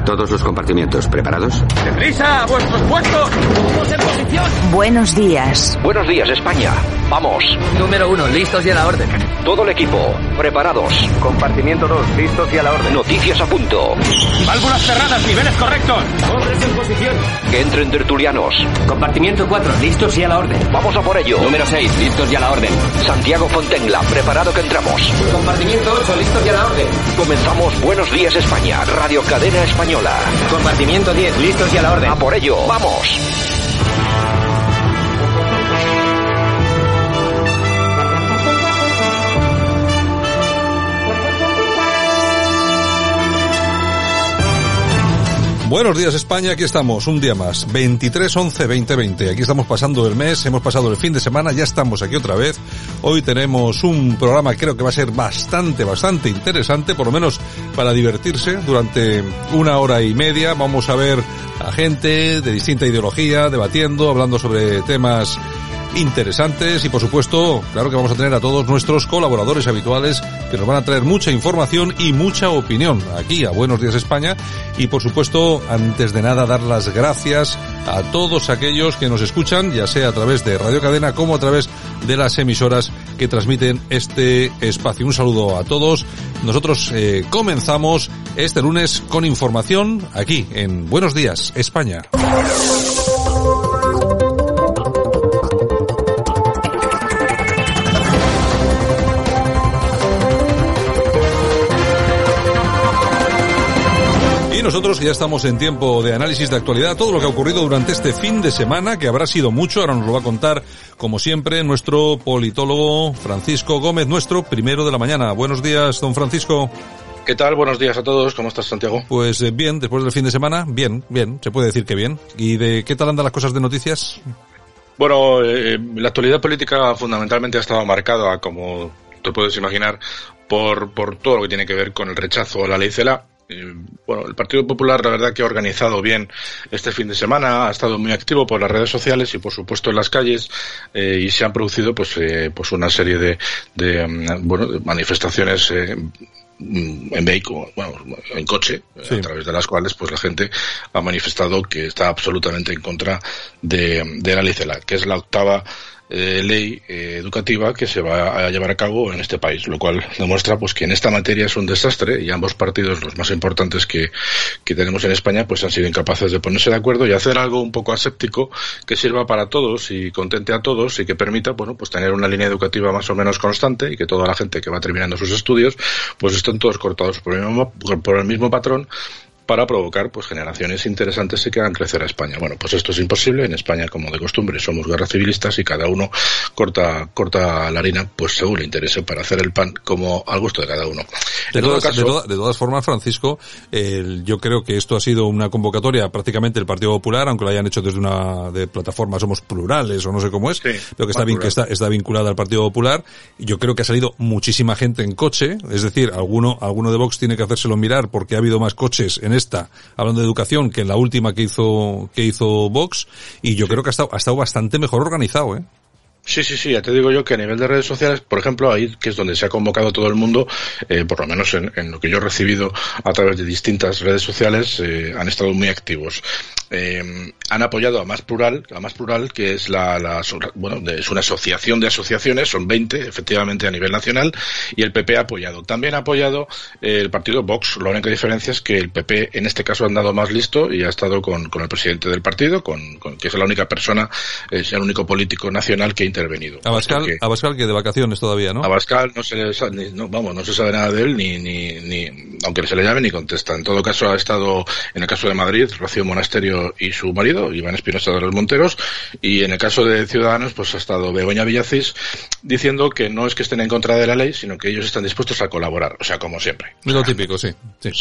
Todos los compartimientos, ¿preparados? ¡Deprisa! ¡A vuestros puestos! ¡Todos en posición! Buenos días. Buenos días, España. Vamos. Número 1, listos y a la orden. Todo el equipo, preparados. Compartimiento 2, listos y a la orden. Noticias a punto. Válvulas cerradas, niveles correctos. Hombres en posición. Que entren tertulianos. Compartimiento 4, listos y a la orden. Vamos a por ello. Número 6, listos y a la orden. Santiago Fontenla, preparado que entramos. Compartimiento 8, listos y a la orden. Comenzamos Buenos Días, España, Radio Cadena Española. Compartimiento 10, listos y a la orden. A por ello, vamos. Buenos días, España, aquí estamos, un día más, 23/11/2020, aquí estamos pasando el mes, hemos pasado el fin de semana, ya estamos aquí otra vez. Hoy tenemos un programa que creo que va a ser bastante interesante, por lo menos para divertirse durante 1 hora y media. Vamos a ver a gente de distinta ideología, debatiendo, hablando sobre temas interesantes y, por supuesto, claro que vamos a tener a todos nuestros colaboradores habituales que nos van a traer mucha información y mucha opinión aquí a Buenos Días España. Y, por supuesto, antes de nada, dar las gracias a todos aquellos que nos escuchan, ya sea a través de Radio Cadena como a través de las emisoras que transmiten este espacio. Un saludo a todos. Nosotros comenzamos este lunes con información aquí en Buenos Días España. Nosotros ya estamos en tiempo de análisis de actualidad, todo lo que ha ocurrido durante este fin de semana, que habrá sido mucho. Ahora nos lo va a contar, como siempre, nuestro politólogo Francisco Gómez, nuestro primero de la mañana. Buenos días, don Francisco. ¿Qué tal? Buenos días a todos. ¿Cómo estás, Santiago? Pues bien, después del fin de semana, bien, se puede decir que bien. ¿Y de qué tal andan las cosas de noticias? Bueno, la actualidad política fundamentalmente ha estado marcada, como te puedes imaginar, por todo lo que tiene que ver con el rechazo a la ley CELA. Bueno, el Partido Popular, la verdad que ha organizado bien este fin de semana, ha estado muy activo por las redes sociales y, por supuesto, en las calles, y se han producido pues una serie de manifestaciones en vehículo, en coche, sí, a través de las cuales pues la gente ha manifestado que está absolutamente en contra de la ley CELA, que es la octava ley educativa que se va a llevar a cabo en este país, lo cual demuestra pues que en esta materia es un desastre y ambos partidos, los más importantes que tenemos en España, pues han sido incapaces de ponerse de acuerdo y hacer algo un poco aséptico que sirva para todos y contente a todos y que permita, bueno, pues tener una línea educativa más o menos constante y que toda la gente que va terminando sus estudios pues estén todos cortados por el mismo patrón, para provocar pues generaciones interesantes y que hagan crecer a España. Bueno, pues esto es imposible. En España, como de costumbre, somos guerras civilistas y cada uno corta la harina pues según le interese para hacer el pan como al gusto de cada uno. De todas formas, Francisco, yo creo que esto ha sido una convocatoria prácticamente del Partido Popular, aunque lo hayan hecho desde una de plataforma Somos Plurales o no sé cómo es, sí, pero que está vinculada al Partido Popular. Yo creo que ha salido muchísima gente en coche, es decir, alguno de Vox tiene que hacérselo mirar porque ha habido más coches en esta, hablando de educación, que en la última que hizo Vox, y yo creo que ha estado bastante mejor organizado, ¿eh? Sí, ya te digo yo que a nivel de redes sociales, por ejemplo, ahí que es donde se ha convocado todo el mundo, por lo menos en lo que yo he recibido a través de distintas redes sociales, han estado muy activos. Han apoyado a Más Plural, que es es una asociación de asociaciones, son 20 efectivamente a nivel nacional, y el PP ha apoyado. También ha apoyado el partido Vox. La única diferencia es que el PP en este caso ha andado más listo y ha estado con el presidente del partido, que es la única persona, es el único político nacional que ha intervenido. Abascal que de vacaciones todavía, ¿no? Abascal no se sabe nada de él, ni aunque se le llame ni contesta. En todo caso ha estado, en el caso de Madrid, Rocío Monasterio y su marido, Iván Espinosa de los Monteros, y en el caso de Ciudadanos, pues ha estado Begoña Villacís diciendo que no es que estén en contra de la ley, sino que ellos están dispuestos a colaborar, o sea, como siempre. Lo típico, sí.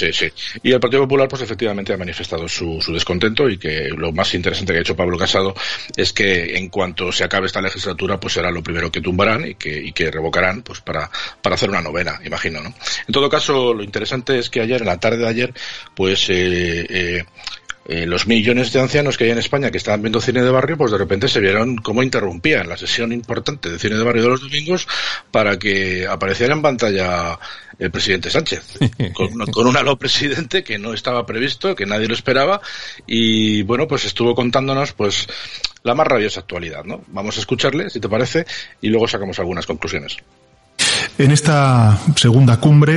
Y el Partido Popular, pues efectivamente ha manifestado su descontento, y que lo más interesante que ha hecho Pablo Casado es que en cuanto se acabe esta legislatura, pues será lo primero que tumbarán y que revocarán, pues para hacer una novena, imagino, ¿no? En todo caso, lo interesante es que ayer, en la tarde de ayer, pues los millones de ancianos que hay en España que estaban viendo cine de barrio, pues de repente se vieron cómo interrumpían la sesión importante de cine de barrio de los domingos para que apareciera en pantalla el presidente Sánchez, con un aló presidente que no estaba previsto, que nadie lo esperaba, y bueno, pues estuvo contándonos pues la más rabiosa actualidad, ¿no? Vamos a escucharle, si te parece, y luego sacamos algunas conclusiones. En esta segunda cumbre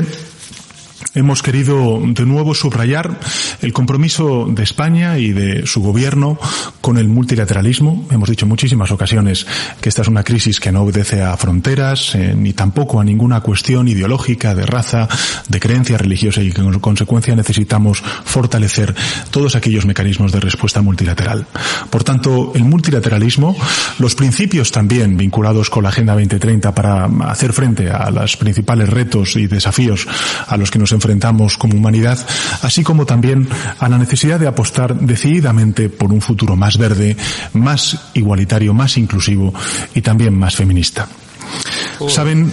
hemos querido de nuevo subrayar el compromiso de España y de su gobierno con el multilateralismo. Hemos dicho en muchísimas ocasiones que esta es una crisis que no obedece a fronteras, ni tampoco a ninguna cuestión ideológica, de raza, de creencia religiosa, y que en consecuencia necesitamos fortalecer todos aquellos mecanismos de respuesta multilateral. Por tanto, el multilateralismo, los principios también vinculados con la Agenda 2030 para hacer frente a los principales retos y desafíos a los que nos enfrentamos como humanidad, así como también a la necesidad de apostar decididamente por un futuro más verde, más igualitario, más inclusivo y también más feminista. Saben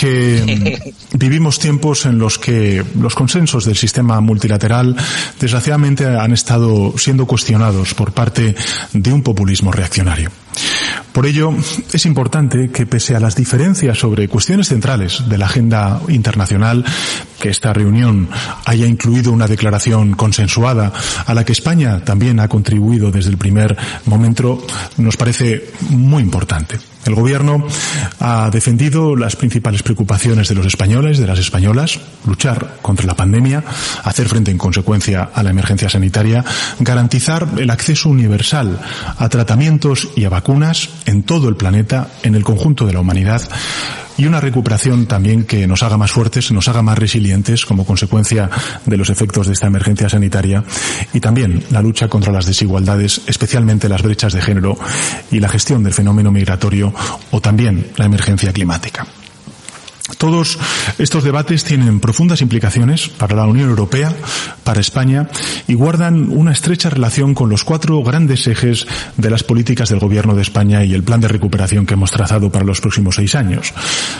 que vivimos tiempos en los que los consensos del sistema multilateral desgraciadamente han estado siendo cuestionados por parte de un populismo reaccionario. Por ello, es importante que, pese a las diferencias sobre cuestiones centrales de la agenda internacional, que esta reunión haya incluido una declaración consensuada a la que España también ha contribuido desde el primer momento, nos parece muy importante. El Gobierno ha defendido las principales preocupaciones de los españoles, de las españolas: luchar contra la pandemia, hacer frente en consecuencia a la emergencia sanitaria, garantizar el acceso universal a tratamientos y a vacunas en todo el planeta, en el conjunto de la humanidad, y una recuperación también que nos haga más fuertes, nos haga más resilientes como consecuencia de los efectos de esta emergencia sanitaria, y también la lucha contra las desigualdades, especialmente las brechas de género y la gestión del fenómeno migratorio, o también la emergencia climática. Todos estos debates tienen profundas implicaciones para la Unión Europea, para España, y guardan una estrecha relación con los 4 grandes ejes de las políticas del Gobierno de España y el plan de recuperación que hemos trazado para los próximos 6 años.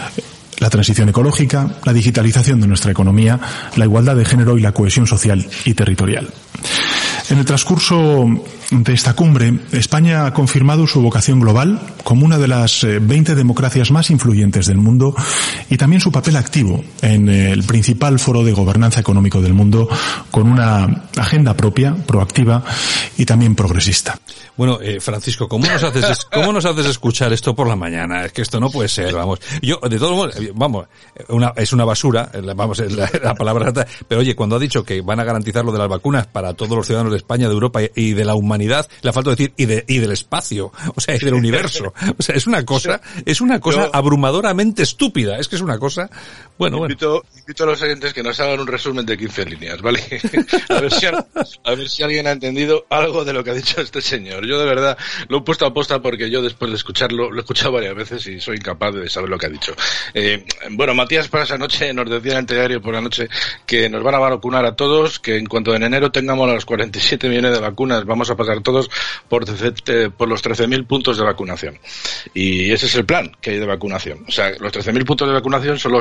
La transición ecológica, la digitalización de nuestra economía, la igualdad de género y la cohesión social y territorial. En el transcurso de esta cumbre, España ha confirmado su vocación global como una de las 20 democracias más influyentes del mundo, y también su papel activo en el principal foro de gobernanza económico del mundo, con una agenda propia, proactiva y también progresista. Bueno, Francisco, ¿cómo nos haces escuchar esto por la mañana? Es que esto no puede ser, vamos. Yo, de todos modos, vamos, es una basura, vamos, la palabra, pero oye, cuando ha dicho que van a garantizar lo de las vacunas para todos los ciudadanos de España, de Europa y de la humanidad, le falta decir y del espacio, o sea, y del universo. O sea, es una cosa abrumadoramente estúpida. Es que es una cosa, bueno. Invito a los oyentes que nos hagan un resumen de 15 líneas, ¿vale? a ver si alguien ha entendido algo de lo que ha dicho este señor. Yo de verdad lo he puesto a posta porque yo después de escucharlo, lo he escuchado varias veces y soy incapaz de saber lo que ha dicho. Bueno, Matías para esa noche nos decía en el telediario por la noche que nos van a vacunar a todos, que en cuanto en enero tengamos los 47 millones de vacunas, vamos a pasar todos por los 13.000 puntos de vacunación. Y ese es el plan que hay de vacunación. O sea, los 13.000 puntos de vacunación son los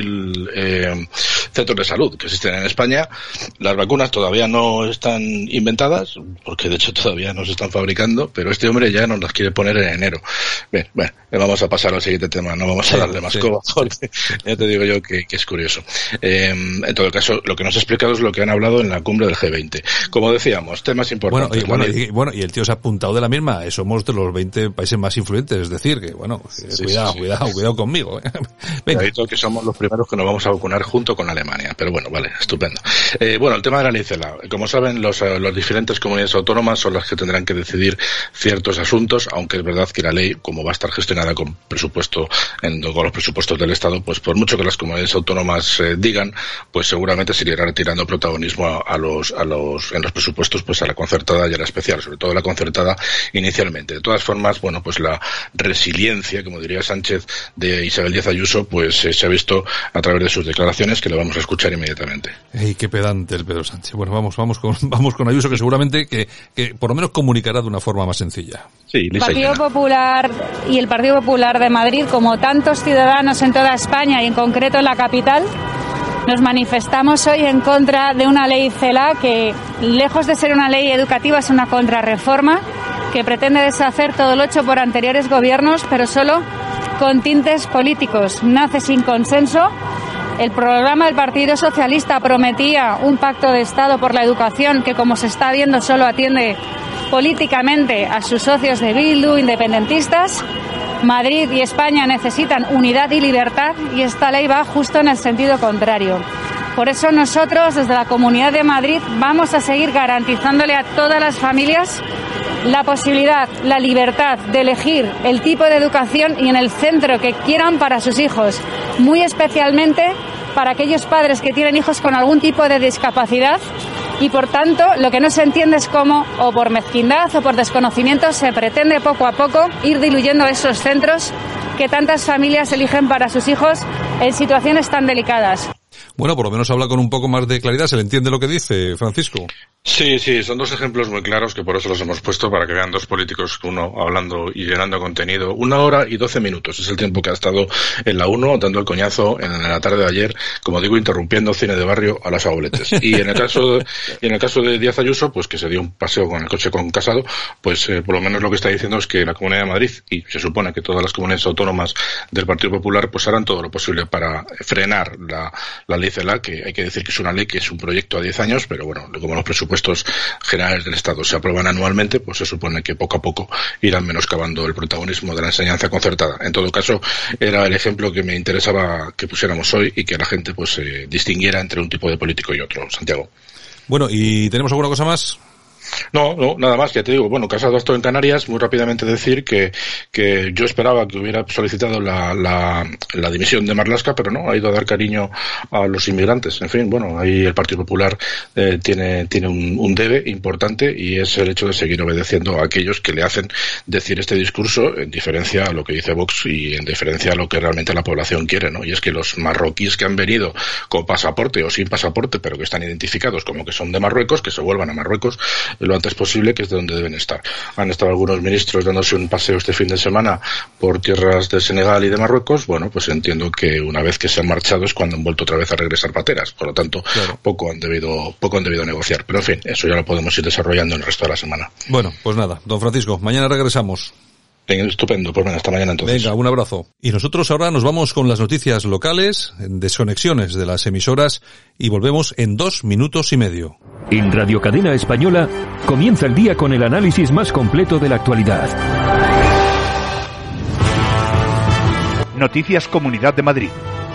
13.000 centros de salud que existen en España. Las vacunas todavía no están inventadas, porque de hecho todavía no se están fabricando, pero este hombre ya nos las quiere poner en enero. Bien, bueno, vamos a pasar al siguiente tema, no vamos a darle más coba, porque ya te digo yo que es curioso. En todo caso, lo que nos ha explicado es lo que han hablado en la cumbre del G20. Como decíamos, temas importantes. Bueno, y el tío se ha apuntado de la misma, somos de los 20 países más influyentes, es decir, que bueno, cuidado conmigo. Venga. Que somos los primeros que nos vamos a vacunar junto con Alemania, pero bueno, vale, estupendo. Bueno, el tema de la ley CELA. Como saben, las diferentes comunidades autónomas son las que tendrán que decidir ciertos asuntos, aunque es verdad que la ley, como va a estar gestionada con presupuesto, con los presupuestos del Estado, pues por mucho que las comunidades autónomas digan, pues seguramente se irá retirando protagonismo en los presupuestos, pues a la concertada y a la especial, sobre todo la concertada inicialmente. De todas formas, bueno, pues la resiliencia, como diría Sánchez, de Isabel Díaz Ayuso, pues se ha visto a través de sus declaraciones, que lo vamos a escuchar inmediatamente. ¡Ey, qué pedante el Pedro Sánchez! Bueno, vamos con Ayuso, que seguramente que por lo menos comunicará de una forma más sencilla. Sí, el Partido Popular y el Partido Popular de Madrid, como tantos ciudadanos en toda España y en concreto en la capital, Nos manifestamos hoy en contra de una ley CELA que, lejos de ser una ley educativa, es una contrarreforma que pretende deshacer todo lo hecho por anteriores gobiernos, pero solo con tintes políticos. Nace sin consenso. El programa del Partido Socialista prometía un pacto de Estado por la educación que, como se está viendo, solo atiende políticamente a sus socios de Bildu, independentistas. Madrid y España necesitan unidad y libertad y esta ley va justo en el sentido contrario. Por eso nosotros, desde la Comunidad de Madrid, vamos a seguir garantizándole a todas las familias la posibilidad, la libertad de elegir el tipo de educación y en el centro que quieran para sus hijos, muy especialmente para aquellos padres que tienen hijos con algún tipo de discapacidad. Y, por tanto, lo que no se entiende es cómo, o por mezquindad o por desconocimiento, se pretende poco a poco ir diluyendo esos centros que tantas familias eligen para sus hijos en situaciones tan delicadas. Bueno, por lo menos habla con un poco más de claridad. ¿Se le entiende lo que dice, Francisco? Sí, son dos ejemplos muy claros que por eso los hemos puesto, para que vean dos políticos, uno hablando y llenando contenido. 1 hora y 12 minutos es el tiempo que ha estado en la 1 dando el coñazo en la tarde de ayer, como digo, interrumpiendo cine de barrio a las abueletes. Y en el caso de Díaz Ayuso, pues que se dio un paseo con el coche con Casado, pues por lo menos lo que está diciendo es que la Comunidad de Madrid, y se supone que todas las comunidades autónomas del Partido Popular, pues harán todo lo posible para frenar la ley CELA, que hay que decir que es una ley que es un proyecto a 10 años, pero bueno, como los presupuestos generales del Estado se aprueban anualmente, pues se supone que poco a poco irán menoscabando el protagonismo de la enseñanza concertada. En todo caso, era el ejemplo que me interesaba que pusiéramos hoy y que la gente pues distinguiera entre un tipo de político y otro. Santiago. Bueno, ¿y tenemos alguna cosa más? No, nada más, ya te digo, bueno, Casado ha estado en Canarias, muy rápidamente decir que yo esperaba que hubiera solicitado la dimisión de Marlaska, pero no, ha ido a dar cariño a los inmigrantes. En fin, bueno, ahí el Partido Popular tiene un debe importante, y es el hecho de seguir obedeciendo a aquellos que le hacen decir este discurso, en diferencia a lo que dice Vox y en diferencia a lo que realmente la población quiere, ¿no? Y es que los marroquíes que han venido con pasaporte o sin pasaporte, pero que están identificados como que son de Marruecos, que se vuelvan a Marruecos lo antes posible, que es de donde deben estar. Han estado algunos ministros dándose un paseo este fin de semana por tierras de Senegal y de Marruecos. Bueno, pues entiendo que una vez que se han marchado es cuando han vuelto otra vez a regresar pateras. Por lo tanto, claro, poco han debido negociar. Pero en fin, eso ya lo podemos ir desarrollando en el resto de la semana. Bueno, pues nada, don Francisco, mañana regresamos. Estupendo, pues bueno, hasta mañana entonces. Venga, un abrazo. Y nosotros ahora nos vamos con las noticias locales, desconexiones de las emisoras, y volvemos en 2 minutos y medio. En Radio Cadena Española comienza el día con el análisis más completo de la actualidad. Noticias Comunidad de Madrid.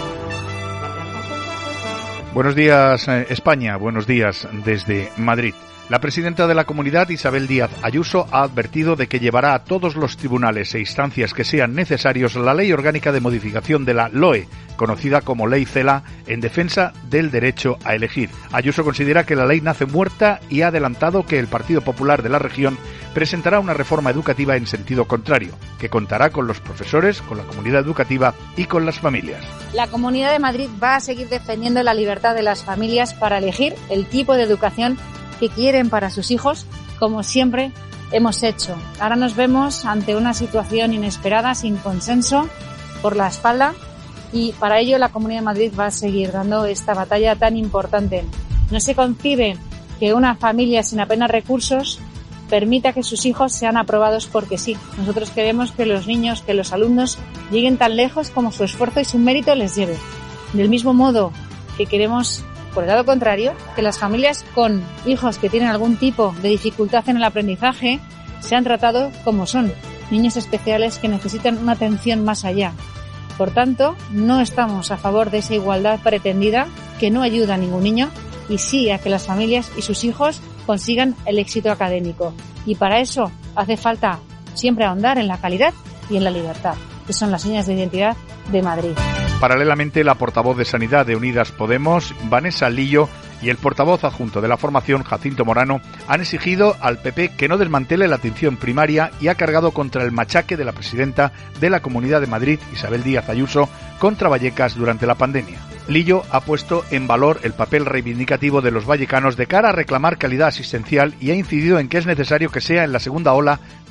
Buenos días, España. Buenos días desde Madrid. La presidenta de la Comunidad, Isabel Díaz Ayuso, ha advertido de que llevará a todos los tribunales e instancias que sean necesarios la Ley Orgánica de Modificación de la LOE, conocida como Ley CELA, en defensa del derecho a elegir. Ayuso considera que la ley nace muerta y ha adelantado que el Partido Popular de la región presentará una reforma educativa en sentido contrario, que contará con los profesores, con la comunidad educativa y con las familias. La Comunidad de Madrid va a seguir defendiendo la libertad de las familias para elegir el tipo de educación que quieren para sus hijos, como siempre hemos hecho. Ahora nos vemos ante una situación inesperada, sin consenso, por la espalda, y para ello la Comunidad de Madrid va a seguir dando esta batalla tan importante. No se concibe que una familia sin apenas recursos permita que sus hijos sean aprobados porque sí. Nosotros queremos que los niños, que los alumnos lleguen tan lejos como su esfuerzo y su mérito les lleve. Del mismo modo que queremos, por el lado contrario, que las familias con hijos que tienen algún tipo de dificultad en el aprendizaje sean tratados como son, niños especiales que necesitan una atención más allá. Por tanto, no estamos a favor de esa igualdad pretendida que no ayuda a ningún niño, y sí a que las familias y sus hijos consigan el éxito académico. Y para eso hace falta siempre ahondar en la calidad y en la libertad, que son las señas de identidad de Madrid. Paralelamente, la portavoz de Sanidad de Unidas Podemos, Vanessa Lillo, y el portavoz adjunto de la formación, Jacinto Morano, han exigido al PP que no desmantele la atención primaria y ha cargado contra el machaque de la presidenta de la Comunidad de Madrid, Isabel Díaz Ayuso, contra Vallecas durante la pandemia. Lillo ha puesto en valor el papel reivindicativo de los vallecanos de cara a reclamar calidad asistencial y ha incidido en que es necesario que sea en la segunda ola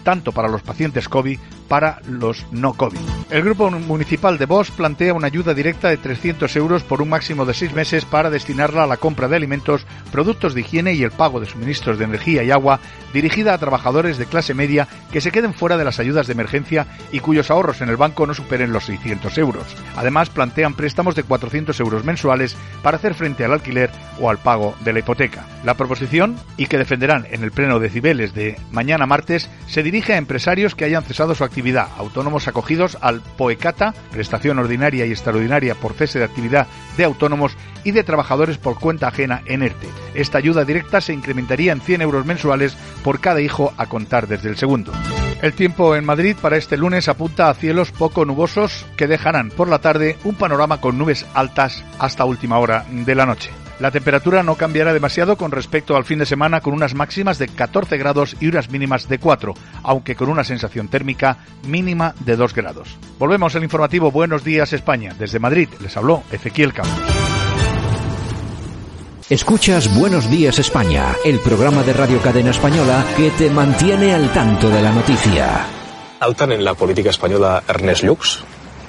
tanto para los pacientes COVID para los no COVID. El Grupo Municipal de Vox plantea una ayuda directa de 300 euros por un máximo de 6 meses para destinarla a la compra de alimentos, productos de higiene y el pago de suministros de energía y agua, dirigida a trabajadores de clase media que se queden fuera de las ayudas de emergencia y cuyos ahorros en el banco no superen los 600 euros. Además, plantean préstamos de 400 euros mensuales para hacer frente al alquiler o al pago de la hipoteca. La proposición, y que defenderán en el Pleno de Cibeles de mañana martes, se dirige a empresarios que hayan cesado su actividad, autónomos acogidos al POECATA, prestación ordinaria y extraordinaria por cese de actividad de autónomos, y de trabajadores por cuenta ajena en ERTE. Esta ayuda directa se incrementaría en 100 euros mensuales por cada hijo a contar desde el segundo. El tiempo en Madrid para este lunes apunta a cielos poco nubosos que dejarán por la tarde un panorama con nubes altas hasta última hora de la noche. La temperatura no cambiará demasiado con respecto al fin de semana, con unas máximas de 14 grados y unas mínimas de 4, aunque con una sensación térmica mínima de 2 grados. Volvemos al informativo Buenos Días España. Desde Madrid les habló Ezequiel Campos. Escuchas Buenos Días España, el programa de Radio Cadena Española que te mantiene al tanto de la noticia. ¿Altan en la política española Ernest Lluch?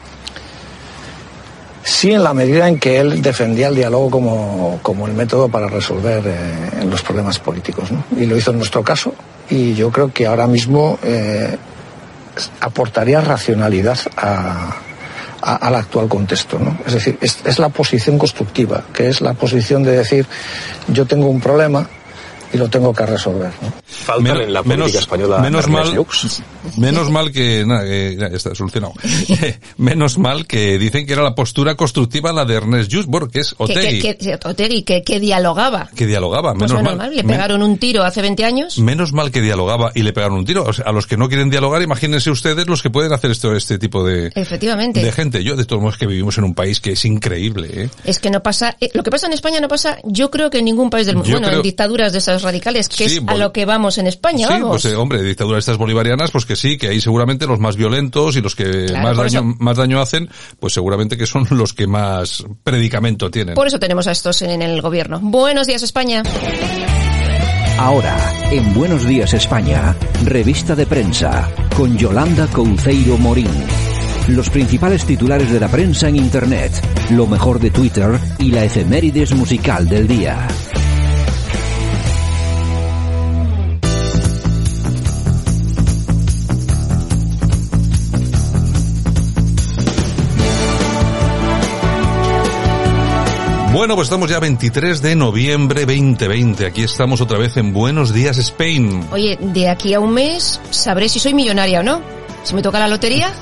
Sí, en la medida en que él defendía el diálogo como el método para resolver los problemas políticos, ¿no? Y lo hizo en nuestro caso, y yo creo que ahora mismo aportaría racionalidad al actual contexto, ¿no? Es decir, es la posición constructiva, que es la posición de decir, yo tengo un problema y lo tengo que resolver, ¿no? Faltan en la política española menos mal que ya está solucionado. Menos mal que dicen que era la postura constructiva la de Ernest Lluch, bueno, que es Otegi. Que dialogaba. Que dialogaba, pues menos mal. Le pegaron un tiro hace 20 años. Menos mal que dialogaba y le pegaron un tiro. O sea, a los que no quieren dialogar, imagínense ustedes los que pueden hacer este tipo de... Efectivamente. De gente. Yo, de todos modos, que vivimos en un país que es increíble, ¿eh? Es que no pasa... lo que pasa en España no pasa, yo creo que en ningún país del mundo. Bueno, en dictaduras de esas radicales, que sí, es a lo que vamos en España, sí, vamos. Pues hombre, dictaduras estas bolivarianas, pues que sí, que ahí seguramente los más violentos y los que más daño hacen, pues seguramente que son los que más predicamento tienen. Por eso tenemos a estos en el gobierno. Buenos días, España. Ahora, en Buenos Días España, revista de prensa, con Yolanda Couceiro Morín. Los principales titulares de la prensa en Internet, lo mejor de Twitter y la efemérides musical del día. Bueno, pues estamos ya 23 de noviembre 2020. Aquí estamos otra vez en Buenos Días Spain. Oye, de aquí a un mes sabré si soy millonaria o no. Si me toca la lotería,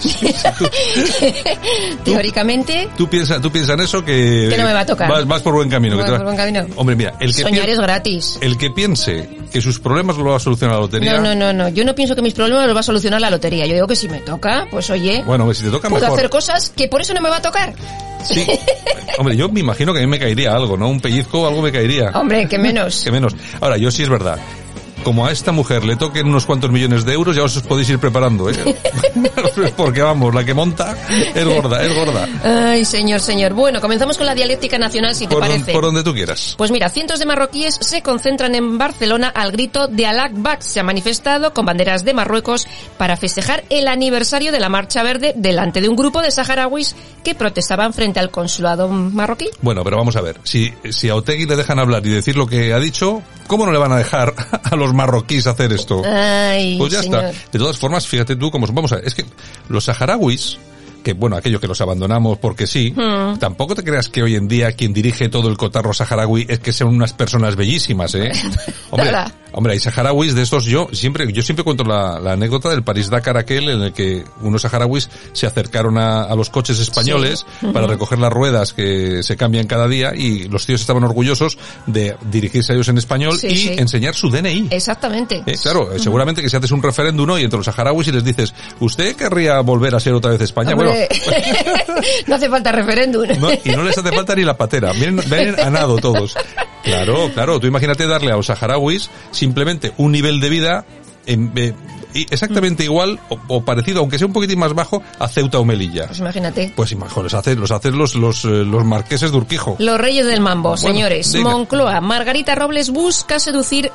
teóricamente... ¿Tú piensas en eso? Que no me va a tocar. Vas por buen camino. Por buen camino. Hombre, mira, soñar es gratis. El que piense que sus problemas lo va a solucionar la lotería... No. Yo no pienso que mis problemas los va a solucionar la lotería. Yo digo que si me toca, pues oye... Bueno, si te toca puedo mejor. Hacer cosas que por eso no me va a tocar. Sí. Hombre, yo me imagino que a mí me caería algo, ¿no? Un pellizco o algo me caería. Hombre, que menos. Que menos. Ahora, yo sí es verdad. Como a esta mujer le toquen unos cuantos millones de euros, ya os podéis ir preparando, ¿eh? Porque vamos, la que monta es gorda. Ay, señor. Bueno, comenzamos con la dialéctica nacional, si te parece. Por donde tú quieras. Pues mira, cientos de marroquíes se concentran en Barcelona al grito de Allah Akbar. Se han manifestado con banderas de Marruecos para festejar el aniversario de la Marcha Verde delante de un grupo de saharauis que protestaban frente al consulado marroquí. Bueno, pero vamos a ver. Si a Otegi le dejan hablar y decir lo que ha dicho, ¿cómo no le van a dejar a los marroquíes hacer esto? Ay, pues ya señor. está. De todas formas, fíjate tú cómo... Vamos a ver, es que los saharauis, que bueno, aquellos que los abandonamos porque sí, tampoco te creas que hoy en día quien dirige todo el cotarro saharaui es que sean unas personas bellísimas, ¿eh? Hombre, hay saharauis de estos, yo siempre cuento la anécdota del París-Dakar aquel en el que unos saharauis se acercaron a los coches españoles para recoger las ruedas que se cambian cada día, y los tíos estaban orgullosos de dirigirse a ellos en español enseñar su DNI. Exactamente. Claro, seguramente que si haces un referéndum hoy entre los saharauis y les dices, ¿usted querría volver a ser otra vez España? Hombre, bueno, no hace falta referéndum. No, y no les hace falta ni la patera. Vienen a nado todos. Claro. Tú imagínate darle a los saharauis simplemente un nivel de vida exactamente igual o parecido, aunque sea un poquitín más bajo, a Ceuta o Melilla. Pues imagínate. Pues los hacen los marqueses de Urquijo. Los reyes del mambo, bueno, señores. Venga. Moncloa. Margarita Robles busca seducir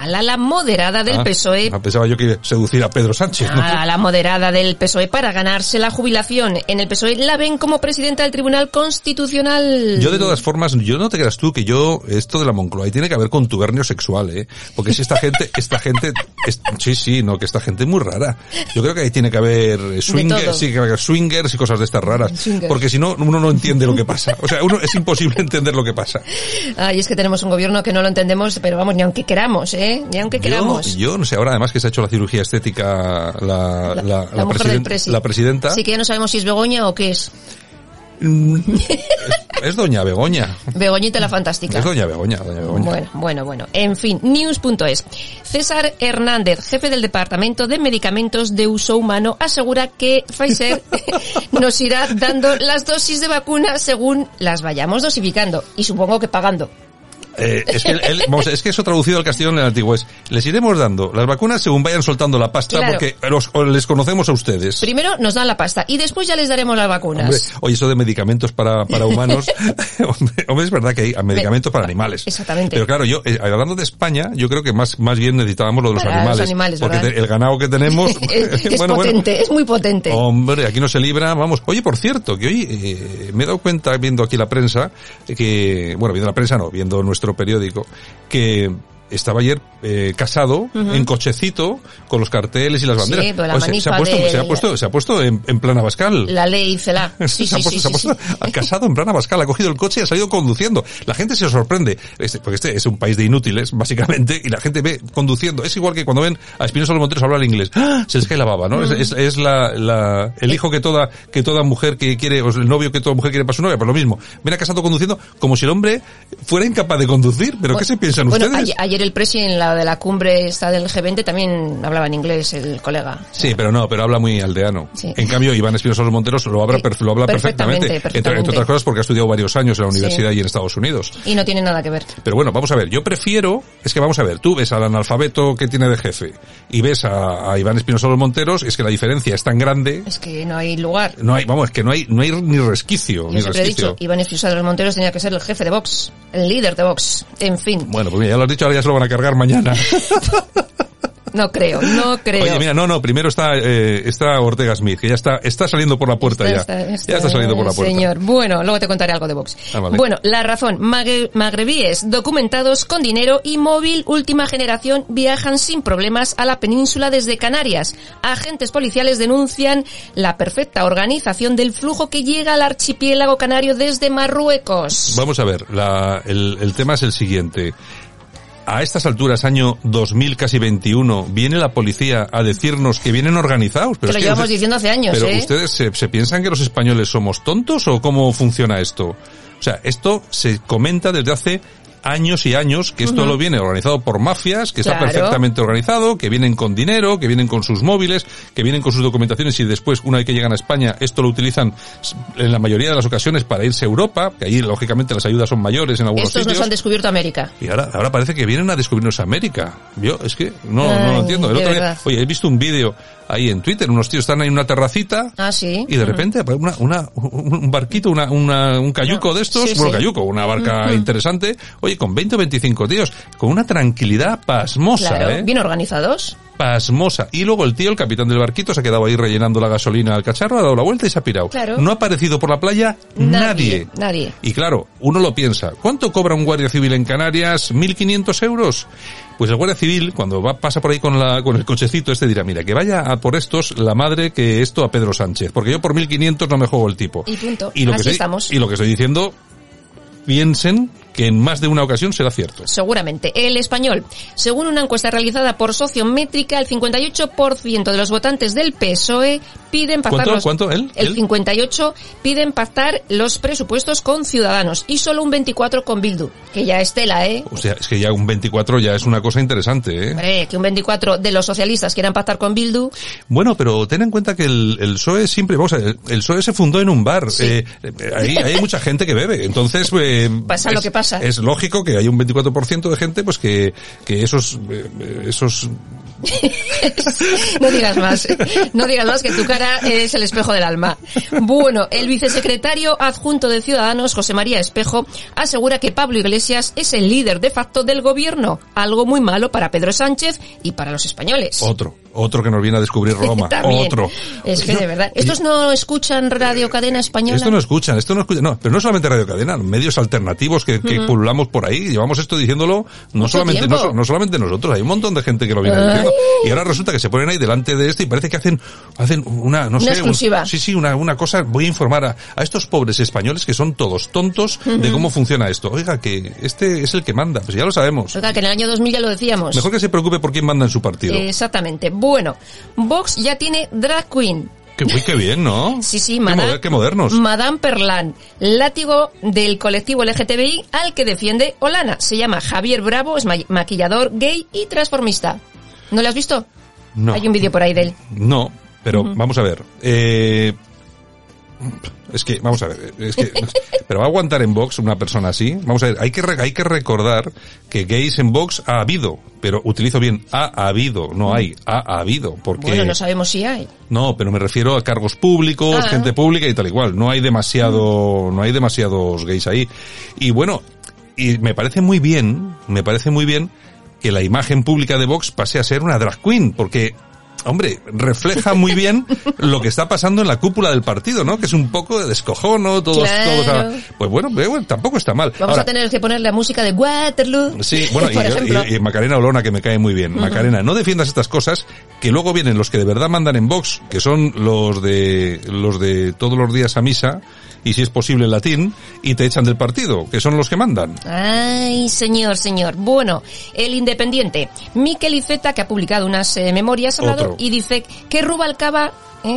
al ala moderada del PSOE. Pensaba yo que iba a seducir a Pedro Sánchez, ¿no? A la moderada del PSOE para ganarse la jubilación. En el PSOE la ven como presidenta del Tribunal Constitucional. Yo de todas formas, yo no te creas tú que esto de la Moncloa tiene que haber contubernio sexual, porque si esta gente, que esta gente es muy rara. Yo creo que ahí tiene que haber swingers y cosas de estas raras. Porque si no, uno no entiende lo que pasa. O sea, es imposible entender lo que pasa. Ay, es que tenemos un gobierno que no lo entendemos, pero vamos, ni aunque queramos, ni aunque queramos. Yo no sé, ahora además que se ha hecho la cirugía estética la presidenta. Sí, que ya no sabemos si es Begoña o qué es. Es doña Begoña. Begoñita la fantástica. Es doña Begoña. Bueno. En fin, news.es. César Hernández, jefe del Departamento de Medicamentos de Uso Humano, asegura que Pfizer nos irá dando las dosis de vacuna según las vayamos dosificando. Y supongo que pagando. Es que eso traducido al castellano en el antiguo es, les iremos dando las vacunas según vayan soltando la pasta, claro, porque les conocemos a ustedes. Primero nos dan la pasta y después ya les daremos las vacunas. Hombre, oye, eso de medicamentos para humanos, hombre, es verdad que hay medicamentos para animales. Exactamente. Pero claro, yo, hablando de España, yo creo que más bien necesitábamos lo de los animales. Los animales, porque ¿verdad? El ganado que tenemos... es potente, es muy potente. Hombre, aquí no se libra, vamos. Oye, por cierto, que hoy me he dado cuenta, viendo aquí la prensa, viendo nuestro periódico, que estaba ayer casado en cochecito con los carteles y las banderas. Sí, pero se ha puesto en plan Abascal. La ley Cela. Sí, se ha puesto casado en plan Abascal, ha cogido el coche y ha salido conduciendo. La gente se sorprende, porque este es un país de inútiles, básicamente, y la gente ve conduciendo. Es igual que cuando ven a Espinosa de los Monteros hablar inglés. ¡Ah! Se les cae la baba, ¿no? Es el hijo que toda mujer que quiere, o el novio que toda mujer quiere para su novia, pues lo mismo. Ven a casado conduciendo como si el hombre fuera incapaz de conducir. ¿Pero qué se piensan ustedes? Ayer el presi en la de la cumbre esta del G20 también hablaba en inglés el colega. Sí, pero habla muy aldeano. Sí. En cambio, Iván Espinosa de los Monteros lo habla perfectamente. Entre otras cosas porque ha estudiado varios años en la universidad y en Estados Unidos. Y no tiene nada que ver. Pero bueno, vamos a ver. Yo prefiero, tú ves al analfabeto que tiene de jefe y ves a Iván Espinosa de los Monteros, es que la diferencia es tan grande. Es que no hay lugar. No hay ni resquicio. Yo siempre he dicho, Iván Espinosa de los Monteros tenía que ser el jefe de Vox, el líder de Vox. En fin. Bueno, pues mira, ya lo has dicho, ahora ya se lo van a cargar mañana. No creo. Oye, mira, primero está Ortega Smith, que ya está saliendo por la puerta ya está saliendo por la puerta. Señor. Bueno, luego te contaré algo de Vox. Vale. Bueno, La Razón. Magrebíes documentados con dinero y móvil última generación viajan sin problemas a la península desde Canarias. Agentes policiales denuncian la perfecta organización del flujo que llega al archipiélago canario desde Marruecos. Vamos a ver, el tema es el siguiente. A estas alturas, año 2000, casi 21, viene la policía a decirnos que vienen organizados. Pero lo llevamos diciendo hace años, Pero ¿ustedes se piensan que los españoles somos tontos o cómo funciona esto? O sea, esto se comenta desde hace años y años que esto lo viene organizado por mafias, que está perfectamente organizado, que vienen con dinero, que vienen con sus móviles, que vienen con sus documentaciones y después, una vez que llegan a España, esto lo utilizan en la mayoría de las ocasiones para irse a Europa, que ahí lógicamente las ayudas son mayores en algunos sitios. Estos nos han descubierto América. Y ahora parece que vienen a descubrirnos América. Yo, es que no lo entiendo. El otro día, he visto un vídeo ahí en Twitter, unos tíos están ahí en una terracita y de repente un barquito, un cayuco de estos, una barca interesante, con 20 o 25 tíos, con una tranquilidad pasmosa, bien organizados. Pasmosa. Y luego el capitán del barquito, se ha quedado ahí rellenando la gasolina al cacharro, ha dado la vuelta y se ha pirado. Claro. No ha aparecido por la playa nadie. Y claro, uno lo piensa, ¿cuánto cobra un guardia civil en Canarias? ¿1.500 euros? Pues el guardia civil, cuando pasa por ahí con el cochecito dirá, mira, que vaya a por estos la madre que esto a Pedro Sánchez, porque yo por 1.500 no me juego el tipo. Y punto. Estamos. Y lo que estoy diciendo, piensen que en más de una ocasión será cierto. Seguramente. El Español. Según una encuesta realizada por Sociométrica, el 58% de los votantes del PSOE piden pactar ¿Cuánto? El 58% piden pactar los presupuestos con Ciudadanos y solo un 24% con Bildu. Que ya es tela, O sea, es que ya un 24% ya es una cosa interesante, Hombre, que un 24% de los socialistas quieran pactar con Bildu. Bueno, pero ten en cuenta que el PSOE siempre, el PSOE se fundó en un bar. Sí. Ahí hay mucha gente que bebe. Entonces, pasa lo que pasa pasa. Es lógico que haya un 24% de gente, pues que esos No digas más que tu cara es el espejo del alma. Bueno, el vicesecretario adjunto de Ciudadanos, José María Espejo, asegura que Pablo Iglesias es el líder de facto del gobierno, algo muy malo para Pedro Sánchez y para los españoles. Otro que nos viene a descubrir Roma. Otro. Es que de verdad. ¿Estos no escuchan Radio Cadena Española? Esto no escuchan. No, pero no solamente Radio Cadena, medios alternativos que pululamos por ahí. Llevamos esto diciéndolo no solamente nosotros, hay un montón de gente que lo viene diciendo. Y ahora resulta que se ponen ahí delante de esto y parece que hacen una exclusiva. Una cosa. Voy a informar a estos pobres españoles que son todos tontos de cómo funciona esto. Oiga, que este es el que manda. Pues ya lo sabemos. Oiga, que en el año 2000 ya lo decíamos. Mejor que se preocupe por quién manda en su partido. Exactamente. Bueno, Vox ya tiene drag queen. Qué bien, ¿no? Sí, qué modernos. Madame Perlán, látigo del colectivo LGTBI al que defiende Olana. Se llama Javier Bravo, es maquillador, gay y transformista. ¿No lo has visto? No. Hay un vídeo por ahí de él. No, pero vamos a ver. Pero va a aguantar en Vox una persona así. Vamos a ver, hay que recordar que gays en Vox ha habido, pero utilizo bien, ha habido, no hay, ha habido, porque... Bueno, no sabemos si hay. No, pero me refiero a cargos públicos, gente pública y tal igual. No hay demasiados gays ahí. Y bueno, y me parece muy bien que la imagen pública de Vox pase a ser una drag queen, porque... Hombre, refleja muy bien lo que está pasando en la cúpula del partido, ¿no? Que es un poco de descojono, todos pues bueno, tampoco está mal. Vamos a tener que poner la música de Waterloo. Sí, bueno, y Macarena Olona, que me cae muy bien. Macarena, no defiendas estas cosas, que luego vienen los que de verdad mandan en Vox, que son los de todos los días a misa, y si es posible en latín, y te echan del partido, que son los que mandan. Ay, señor. Bueno, el Independiente, Miquel Iceta, que ha publicado unas memorias, ha hablado y dice que Rubalcaba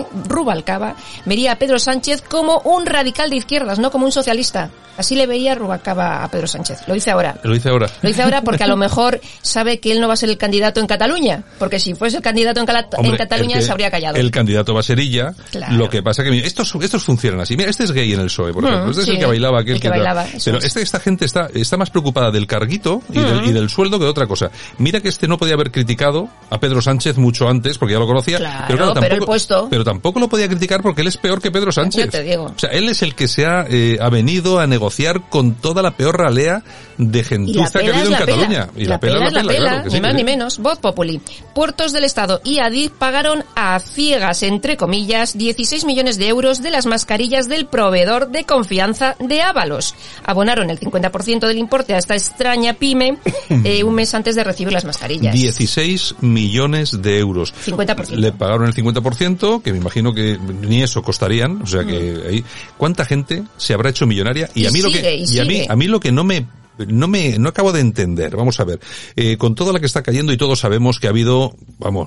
vería a Pedro Sánchez como un radical de izquierdas, no como un socialista. Así le veía Rubalcaba a Pedro Sánchez. Lo dice ahora porque a lo mejor sabe que él no va a ser el candidato en Cataluña, porque si fuese el candidato en Cataluña se habría callado. El candidato va a ser ella. Claro. Lo que pasa que estos funcionan así. Mira, este es gay en el PSOE, por ejemplo. Este es el que bailaba, pero esta gente está más preocupada del carguito y del sueldo que de otra cosa. Mira que este no podía haber criticado a Pedro Sánchez mucho antes, porque ya lo conocía. Claro, pero tampoco lo podía criticar porque él es peor que Pedro Sánchez. Yo te digo. O sea, él es el que se ha venido a negociar con toda la peor ralea de gentuza que ha habido en Cataluña. Y la pela es la pela, ni más ni menos. Voz Populi. Puertos del Estado y Adif pagaron a ciegas, entre comillas, 16 millones de euros de las mascarillas del proveedor de confianza de Ábalos. Abonaron el 50% del importe a esta extraña pyme un mes antes de recibir las mascarillas. 16 millones de euros. 50%. Le pagaron el 50%, que me imagino que ni eso costarían. O sea que ahí, ¿cuánta gente se habrá hecho millonaria? Y a mí a mí lo que no acabo de entender, vamos a ver, con toda la que está cayendo y todos sabemos que ha habido,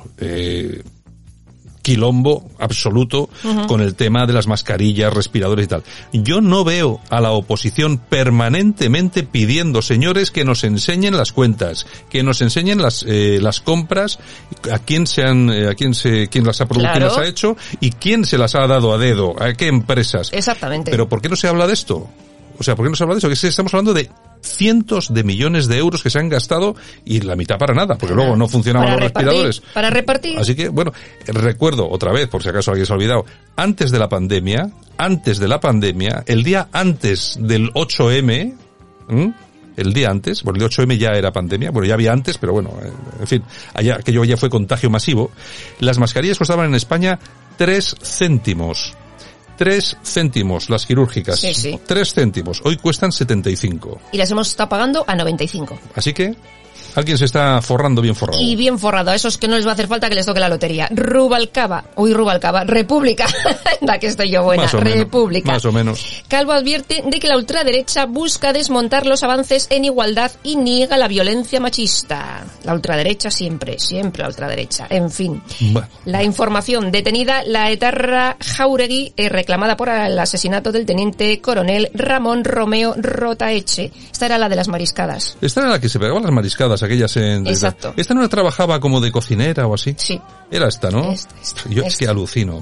quilombo absoluto con el tema de las mascarillas, respiradores y tal. Yo no veo a la oposición permanentemente pidiendo, señores, que nos enseñen las cuentas, que nos enseñen las compras, quién las ha producido, quién las ha hecho y quién se las ha dado a dedo, a qué empresas. Exactamente. Pero ¿por qué no se habla de esto? O sea, ¿por qué no se habla de eso? Que estamos hablando de cientos de millones de euros que se han gastado y la mitad para nada, porque luego no funcionaban los respiradores. Para repartir. Así que, bueno, recuerdo otra vez, por si acaso alguien se ha olvidado, antes de la pandemia, el día antes del 8M, el día antes, bueno, el 8M ya era pandemia, bueno, ya había antes, pero bueno, en fin, aquello ya fue contagio masivo, las mascarillas costaban en España 3 céntimos. 3 céntimos las quirúrgicas. Sí. 3 céntimos. Hoy cuestan 75. Y las hemos estado pagando a 95. Así que alguien se está forrando bien forrado. Y bien forrado. A esos que no les va a hacer falta que les toque la lotería. Rubalcaba. República. La que estoy yo buena. República. Más o menos. Calvo advierte de que la ultraderecha busca desmontar los avances en igualdad y niega la violencia machista. La ultraderecha siempre la ultraderecha. En fin. Bueno. La información detenida, la etarra Jáuregui, reclamada por el asesinato del teniente coronel Ramón Romeo Rotaeche. Esta era la de las mariscadas. Esta era la que se pegaba las mariscadas, aquellas en... Exacto. ¿Esta no trabajaba como de cocinera o así? Sí. Era esta, ¿no? Esta. Es que alucino.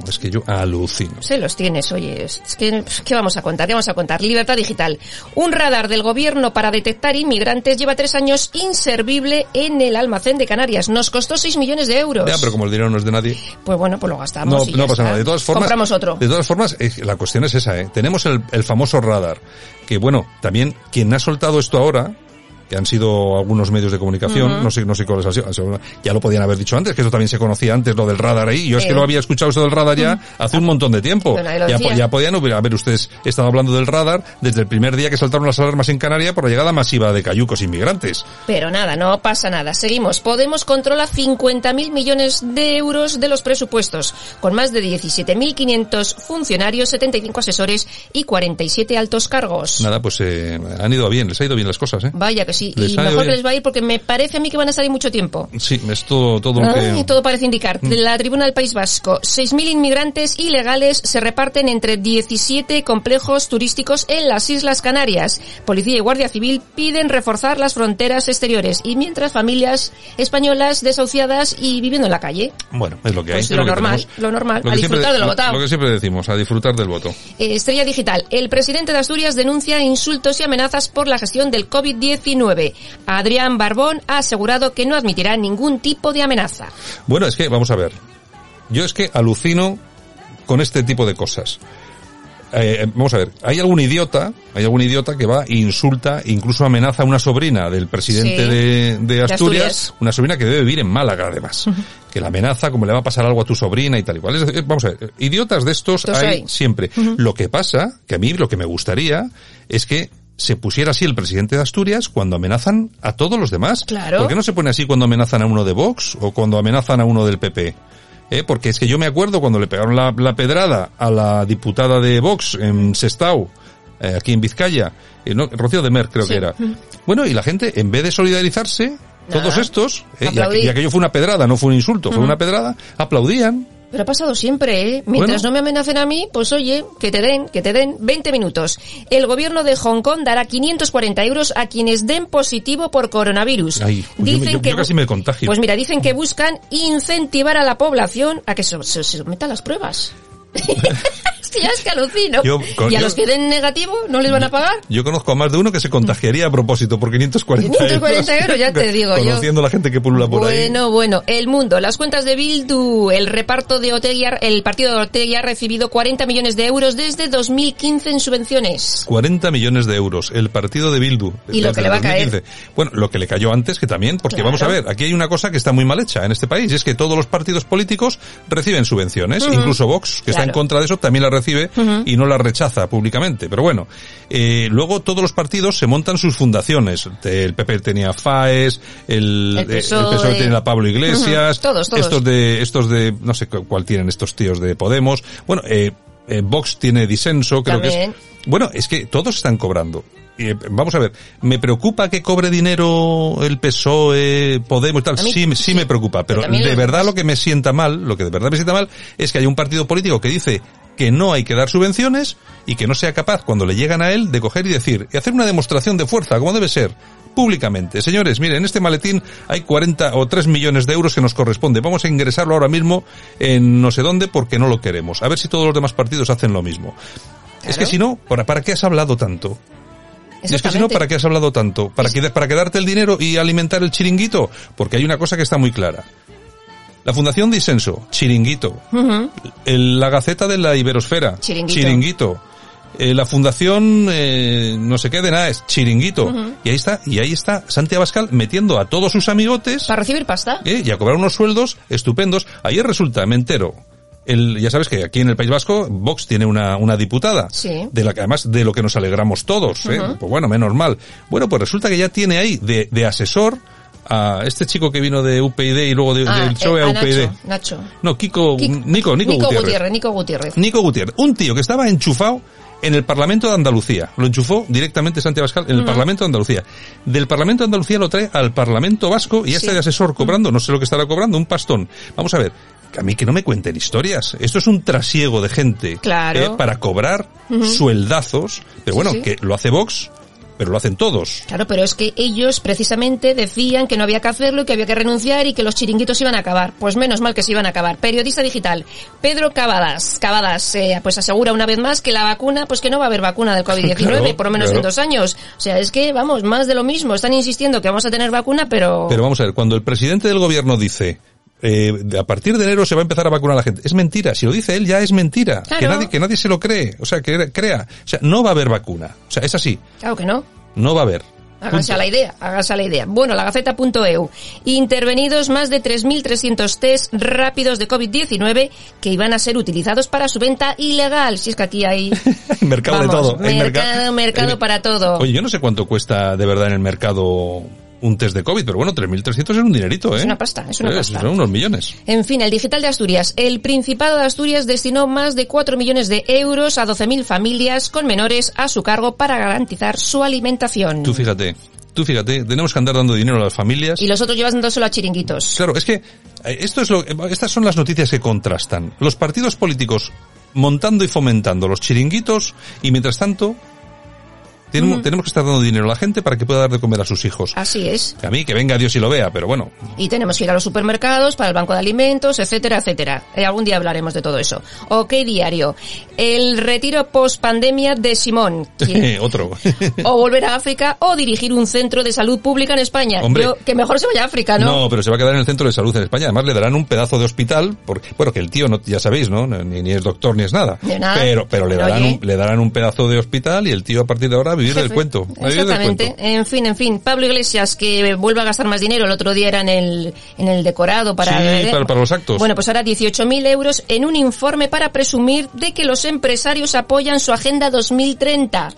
Se los tienes, oye. Es que, ¿qué vamos a contar? ¿Qué vamos a contar? Libertad digital. Un radar del gobierno para detectar inmigrantes lleva 3 años inservible en el almacén de Canarias. Nos costó 6 millones de euros. Ya, pero como el dinero no es de nadie... Pues bueno, pues lo gastamos. No pasa nada. De todas formas... Compramos otro. De todas formas, la cuestión es esa, ¿eh? Tenemos el famoso radar. Que bueno, también quien ha soltado esto ahora... que han sido algunos medios de comunicación, no sé cuáles han sido, ya lo podían haber dicho antes, que eso también se conocía antes, lo del radar ahí, yo es que lo había escuchado esto del radar ya hace un montón de tiempo, bueno, ya podían haber ustedes estado hablando del radar desde el primer día que saltaron las alarmas en Canarias por la llegada masiva de cayucos inmigrantes. Pero nada, no pasa nada, seguimos. Podemos controla 50.000 millones de euros de los presupuestos, con más de 17.500 funcionarios, 75 asesores y 47 altos cargos. Nada, pues les ha ido bien las cosas, ¿eh? Vaya que sí, y mejor que les va a ir porque me parece a mí que van a salir mucho tiempo. Sí, es todo lo que... Todo parece indicar. La Tribuna del País Vasco, 6.000 inmigrantes ilegales se reparten entre 17 complejos turísticos en las Islas Canarias. Policía y Guardia Civil piden reforzar las fronteras exteriores y mientras familias españolas desahuciadas y viviendo en la calle. Bueno, es lo que hay. Pues lo normal, a disfrutar de lo votado. Lo que siempre decimos, a disfrutar del voto. Estrella Digital, el presidente de Asturias denuncia insultos y amenazas por la gestión del COVID-19. Adrián Barbón ha asegurado que no admitirá ningún tipo de amenaza. Bueno, es que, vamos a ver, yo es que alucino con este tipo de cosas. Vamos a ver, hay algún idiota que va e insulta, incluso amenaza a una sobrina del presidente de Asturias, una sobrina que debe vivir en Málaga además, que la amenaza como le va a pasar algo a tu sobrina y tal y cual. Vamos a ver, idiotas de estos hay siempre. Lo que pasa, que a mí lo que me gustaría es que se pusiera así el presidente de Asturias cuando amenazan a todos los demás. Claro. ¿Por qué no se pone así cuando amenazan a uno de Vox o cuando amenazan a uno del PP? Porque es que yo me acuerdo cuando le pegaron la pedrada a la diputada de Vox en Sestao, aquí en Vizcaya, Rocío de Mer creo que era. Bueno, y la gente, en vez de solidarizarse, todos estos, y aquello fue una pedrada, no fue un insulto, fue una pedrada, aplaudían. Pero ha pasado siempre, ¿eh? Mientras no me amenacen a mí, pues oye, que te den 20 minutos. El gobierno de Hong Kong dará 540 euros a quienes den positivo por coronavirus. Ay, pues yo casi me contagio. Pues mira, dicen que buscan incentivar a la población a que se someta a las pruebas. Ya es que alucino. ¿Y a los que den negativo no les van a pagar? Yo conozco a más de uno que se contagiaría a propósito por 540 euros, ya te digo yo. Conociendo la gente que pulula por ahí. Bueno, El Mundo, las cuentas de Bildu, el reparto de Otegi, el partido de Otegi ha recibido 40 millones de euros desde 2015 en subvenciones. 40 millones de euros, el partido de Bildu. Y lo que le va 2015. A caer. Bueno, lo que le cayó antes que también, porque vamos a ver, aquí hay una cosa que está muy mal hecha en este país, y es que todos los partidos políticos reciben subvenciones, incluso Vox, que está en contra de eso, también la recibe y no la rechaza públicamente. Pero bueno, luego todos los partidos se montan sus fundaciones. El PP tenía FAES, el PSOE tiene la Pablo Iglesias, todos. estos de, no sé cuál tienen estos tíos de Podemos. Bueno, Vox tiene Disenso, creo también. Que es. Bueno, es que todos están cobrando. Vamos a ver, ¿me preocupa que cobre dinero el PSOE, Podemos y tal? Sí me preocupa, pero de verdad lo que me sienta mal, es que haya un partido político que dice que no hay que dar subvenciones y que no sea capaz, cuando le llegan a él, de coger y decir, y hacer una demostración de fuerza, como debe ser, públicamente. Señores, miren, en este maletín hay 40 o 3 millones de euros que nos corresponde. Vamos a ingresarlo ahora mismo en no sé dónde porque no lo queremos. A ver si todos los demás partidos hacen lo mismo. Claro. Es que si no, ¿para qué has hablado tanto? Es que si no, ¿para qué has hablado tanto? ¿Para quedarte el dinero y alimentar el chiringuito? Porque hay una cosa que está muy clara. La Fundación Disenso, chiringuito. La Gaceta de la Iberosfera, chiringuito. La Fundación no sé qué de nada es chiringuito. Y ahí está Santi Abascal metiendo a todos sus amigotes para recibir pasta y a cobrar unos sueldos estupendos. Ayer resulta, me entero, ya sabes que aquí en el País Vasco Vox tiene una diputada, de la que además de lo que nos alegramos todos, pues bueno, menos mal. Bueno, pues resulta que ya tiene ahí de asesor a este chico que vino de UPyD y luego del PSOE a UPyD. Nacho. No, Nico Gutiérrez. Nico Gutiérrez. Un tío que estaba enchufado en el Parlamento de Andalucía. Lo enchufó directamente Santi Abascal en el Parlamento de Andalucía. Del Parlamento de Andalucía lo trae al Parlamento Vasco y ya está de asesor cobrando, no sé lo que estará cobrando, un pastón. Vamos a ver. A mí que no me cuenten historias. Esto es un trasiego de gente para cobrar sueldazos. Pero bueno, que lo hace Vox, pero lo hacen todos. Claro, pero es que ellos precisamente decían que no había que hacerlo y que había que renunciar y que los chiringuitos iban a acabar. Pues menos mal que se iban a acabar. Periodista digital, Pedro Cavadas, pues asegura una vez más que la vacuna, pues que no va a haber vacuna del COVID-19, por lo menos en 2 años. O sea, es que, vamos, más de lo mismo. Están insistiendo que vamos a tener vacuna, pero... Pero vamos a ver, cuando el presidente del gobierno dice... a partir de enero se va a empezar a vacunar a la gente. Es mentira. Si lo dice él, ya es mentira. Claro. Que nadie se lo cree. O sea, que crea. O sea, no va a haber vacuna. O sea, es así. Claro que no. No va a haber. Hágase a la idea. Bueno, la Gaceta.eu. Intervenidos más de 3.300 test rápidos de COVID-19 que iban a ser utilizados para su venta ilegal. Si es que aquí hay... mercado de todo. Mercado para todo. Oye, yo no sé cuánto cuesta de verdad en el mercado... un test de COVID, pero bueno, 3.300 es un dinerito, ¿eh? Es una pasta. Son unos millones. En fin, el Digital de Asturias. El Principado de Asturias destinó más de 4 millones de euros a 12.000 familias con menores a su cargo para garantizar su alimentación. Tú fíjate, tenemos que andar dando dinero a las familias. Y los otros llevan dándoselo a chiringuitos. Claro, es que estas son las noticias que contrastan. Los partidos políticos montando y fomentando los chiringuitos y mientras tanto... Tenemos que estar dando dinero a la gente para que pueda dar de comer a sus hijos. Así es. A mí, que venga Dios y lo vea, pero bueno. Y tenemos que ir a los supermercados, para el banco de alimentos, etcétera, etcétera. Algún día hablaremos de todo eso. OK Diario. El retiro post-pandemia de Simón. Otro. O volver a África o dirigir un centro de salud pública en España. Hombre, que mejor se vaya a África, ¿no? No, pero se va a quedar en el centro de salud en España. Además le darán un pedazo de hospital, porque, bueno, que el tío, no, ya sabéis, ¿no? Ni es doctor ni es nada. De nada. Pero le darán un pedazo de hospital y el tío a partir de ahora a vivir del cuento. Exactamente. En fin. Pablo Iglesias, que vuelve a gastar más dinero. El otro día era en el decorado para los actos. Bueno, pues ahora 18.000 euros en un informe para presumir de que los empresarios apoyan su Agenda 2030.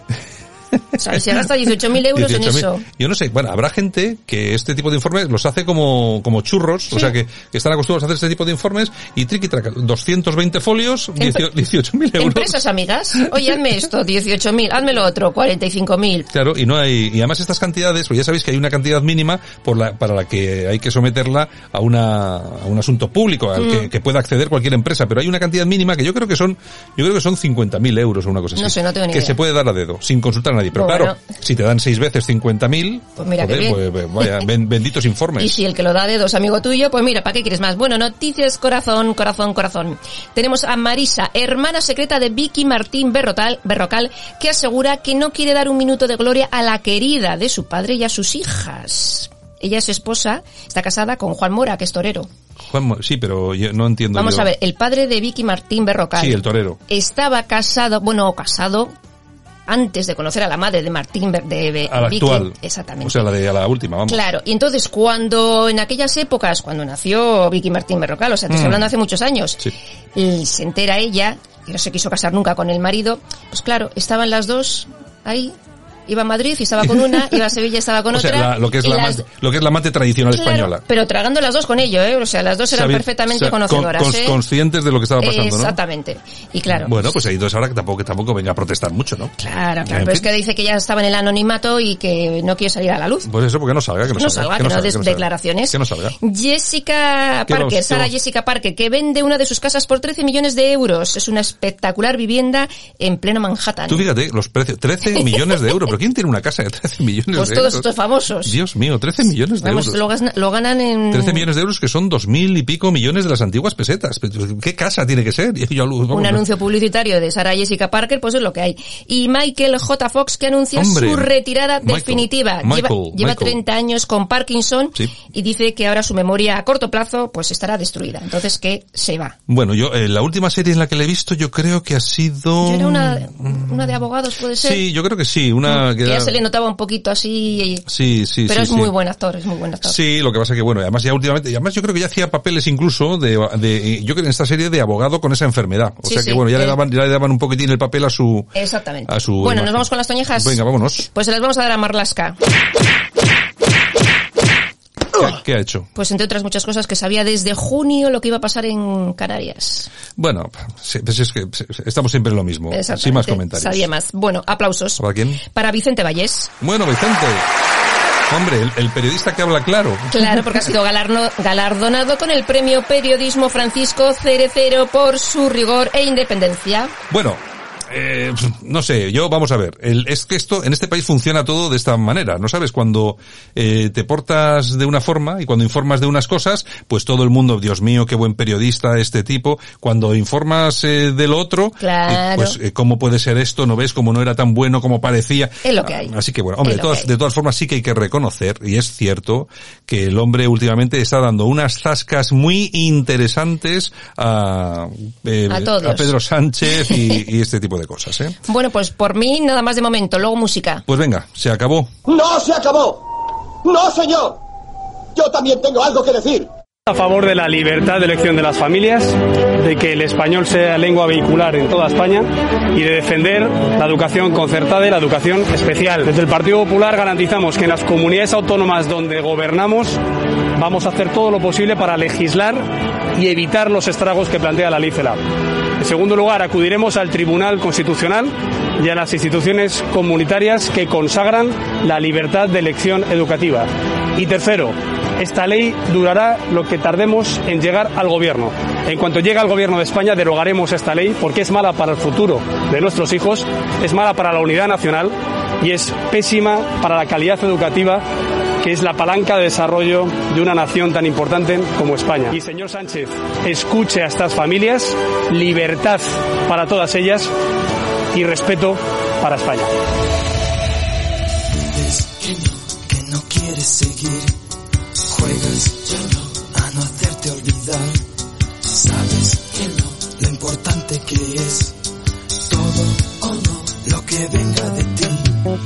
O sea, se gasta 18.000 euros en eso. Yo no sé, bueno, habrá gente que este tipo de informes los hace como churros, o sea, que están acostumbrados a hacer este tipo de informes y triqui-traca, 220 folios, 18.000 euros. Empresas amigas, oye, hazme esto, 18.000, hazme lo otro, 45.000. Claro, y además estas cantidades, pues ya sabéis que hay una cantidad mínima para la que hay que someterla a un asunto público, al que pueda acceder cualquier empresa, pero hay una cantidad mínima que yo creo que son 50.000 euros o una cosa así. No sé, no tengo ni idea. Que se puede dar a dedo, sin consultar a nadie. Pero bueno, claro, si te dan 6 veces 50.000, pues mira, pues vaya, benditos informes. Y si el que lo da de dos amigo tuyo, pues mira, ¿para qué quieres más? Bueno, noticias corazón. Tenemos a Marisa, hermana secreta de Vicky Martín Berrocal, que asegura que no quiere dar un minuto de gloria a la querida de su padre y a sus hijas. Ella es esposa, está casada con Juan Mora, que es torero. Sí, pero yo no entiendo. Vamos a ver, el padre de Vicky Martín Berrocal. Sí, el torero. Estaba casado antes de conocer a la madre de Martín de a la Vicky, actual. Exactamente. O sea, a la última, vamos. Claro, y entonces en aquellas épocas, cuando nació Vicky Martín Berrocal, o sea, te estoy hablando hace muchos años, sí. Y se entera ella, que no se quiso casar nunca con el marido, pues claro, estaban las dos ahí. Iba a Madrid y estaba con una, iba a Sevilla y estaba con otra. Sea, lo que es la amante tradicional española. Pero tragando las dos con ello, O sea, las dos eran perfectamente conocedoras, conscientes de lo que estaba pasando, exactamente. ¿no? Y claro. Bueno, pues ahí entonces ahora que tampoco venga a protestar mucho, ¿no? Claro, pero es que dice que ya estaba en el anonimato y que no quiere salir a la luz. Pues eso, porque no salga, que no des declaraciones. Que no salga. Jessica Parker, Jessica Parker, que vende una de sus casas por 13 millones de euros. Es una espectacular vivienda en pleno Manhattan. Tú fíjate, los precios, 13 millones de euros. ¿Pero quién tiene una casa de 13 millones de euros? Pues todos estos famosos. Dios mío, 13 millones de euros. Lo ganan en... 13 millones de euros que son 2.000 y pico millones de las antiguas pesetas. ¿Qué casa tiene que ser? Un anuncio publicitario de Sarah Jessica Parker, pues es lo que hay. Y Michael J. Fox, que anuncia su retirada definitiva. Lleva 30 años con Parkinson, sí. Y dice que ahora su memoria a corto plazo pues estará destruida. Entonces que se va. Bueno, yo la última serie en la que le he visto yo creo que ha sido... Yo era una de abogados, ¿puede ser? Sí, yo creo que sí. Que ya se le notaba un poquito así. Sí. Pero es muy buen actor, Sí, lo que pasa que bueno, además ya últimamente, yo creo que ya hacía papeles incluso yo creo que en esta serie de abogado con esa enfermedad. O sea que bueno, ya le daban un poquitín el papel a su... Exactamente. A su bueno, imagen. ¿Nos vamos con las toñejas? Venga, vámonos. Pues se las vamos a dar a Marlaska. ¿Qué ha hecho? Pues entre otras muchas cosas que sabía desde junio lo que iba a pasar en Canarias. Bueno, pues es que estamos siempre en lo mismo. Sin más comentarios. Sabía más. Bueno, aplausos. ¿Para quién? Para Vicente Vallés. Bueno, Vicente. Hombre, el periodista que habla claro. Claro, porque ha sido galardonado con el premio Periodismo Francisco Cerecero por su rigor e independencia. Bueno, no sé, vamos a ver, es que esto, en este país funciona todo de esta manera, ¿no sabes? Cuando te portas de una forma y cuando informas de unas cosas, pues todo el mundo, Dios mío, qué buen periodista este tipo. Cuando informas de lo otro, claro. Pues ¿cómo puede ser esto? ¿No ves? Como no era tan bueno como parecía. Es lo que hay. Así que bueno, hombre, de todas formas sí que hay que reconocer, y es cierto, que el hombre últimamente está dando unas zascas muy interesantes a Pedro Sánchez y este tipo de cosas, ¿eh? Bueno, pues por mí nada más de momento, luego música. Pues venga, se acabó. ¡No se acabó! ¡No, señor! Yo también tengo algo que decir. A favor de la libertad de elección de las familias, de que el español sea lengua vehicular en toda España y de defender la educación concertada y la educación especial. Desde el Partido Popular garantizamos que en las comunidades autónomas donde gobernamos vamos a hacer todo lo posible para legislar y evitar los estragos que plantea la ley CELA. En segundo lugar, acudiremos al Tribunal Constitucional y a las instituciones comunitarias que consagran la libertad de elección educativa. Y tercero, esta ley durará lo que tardemos en llegar al gobierno. En cuanto llegue al gobierno de España, derogaremos esta ley porque es mala para el futuro de nuestros hijos, es mala para la unidad nacional y es pésima para la calidad educativa, que es la palanca de desarrollo de una nación tan importante como España. Y señor Sánchez, escuche a estas familias, libertad para todas ellas y respeto para España. Que no quieres seguir, juegas a no hacerte olvidar. Sabes que no, lo importante que es todo o no, lo que venga de ti. No,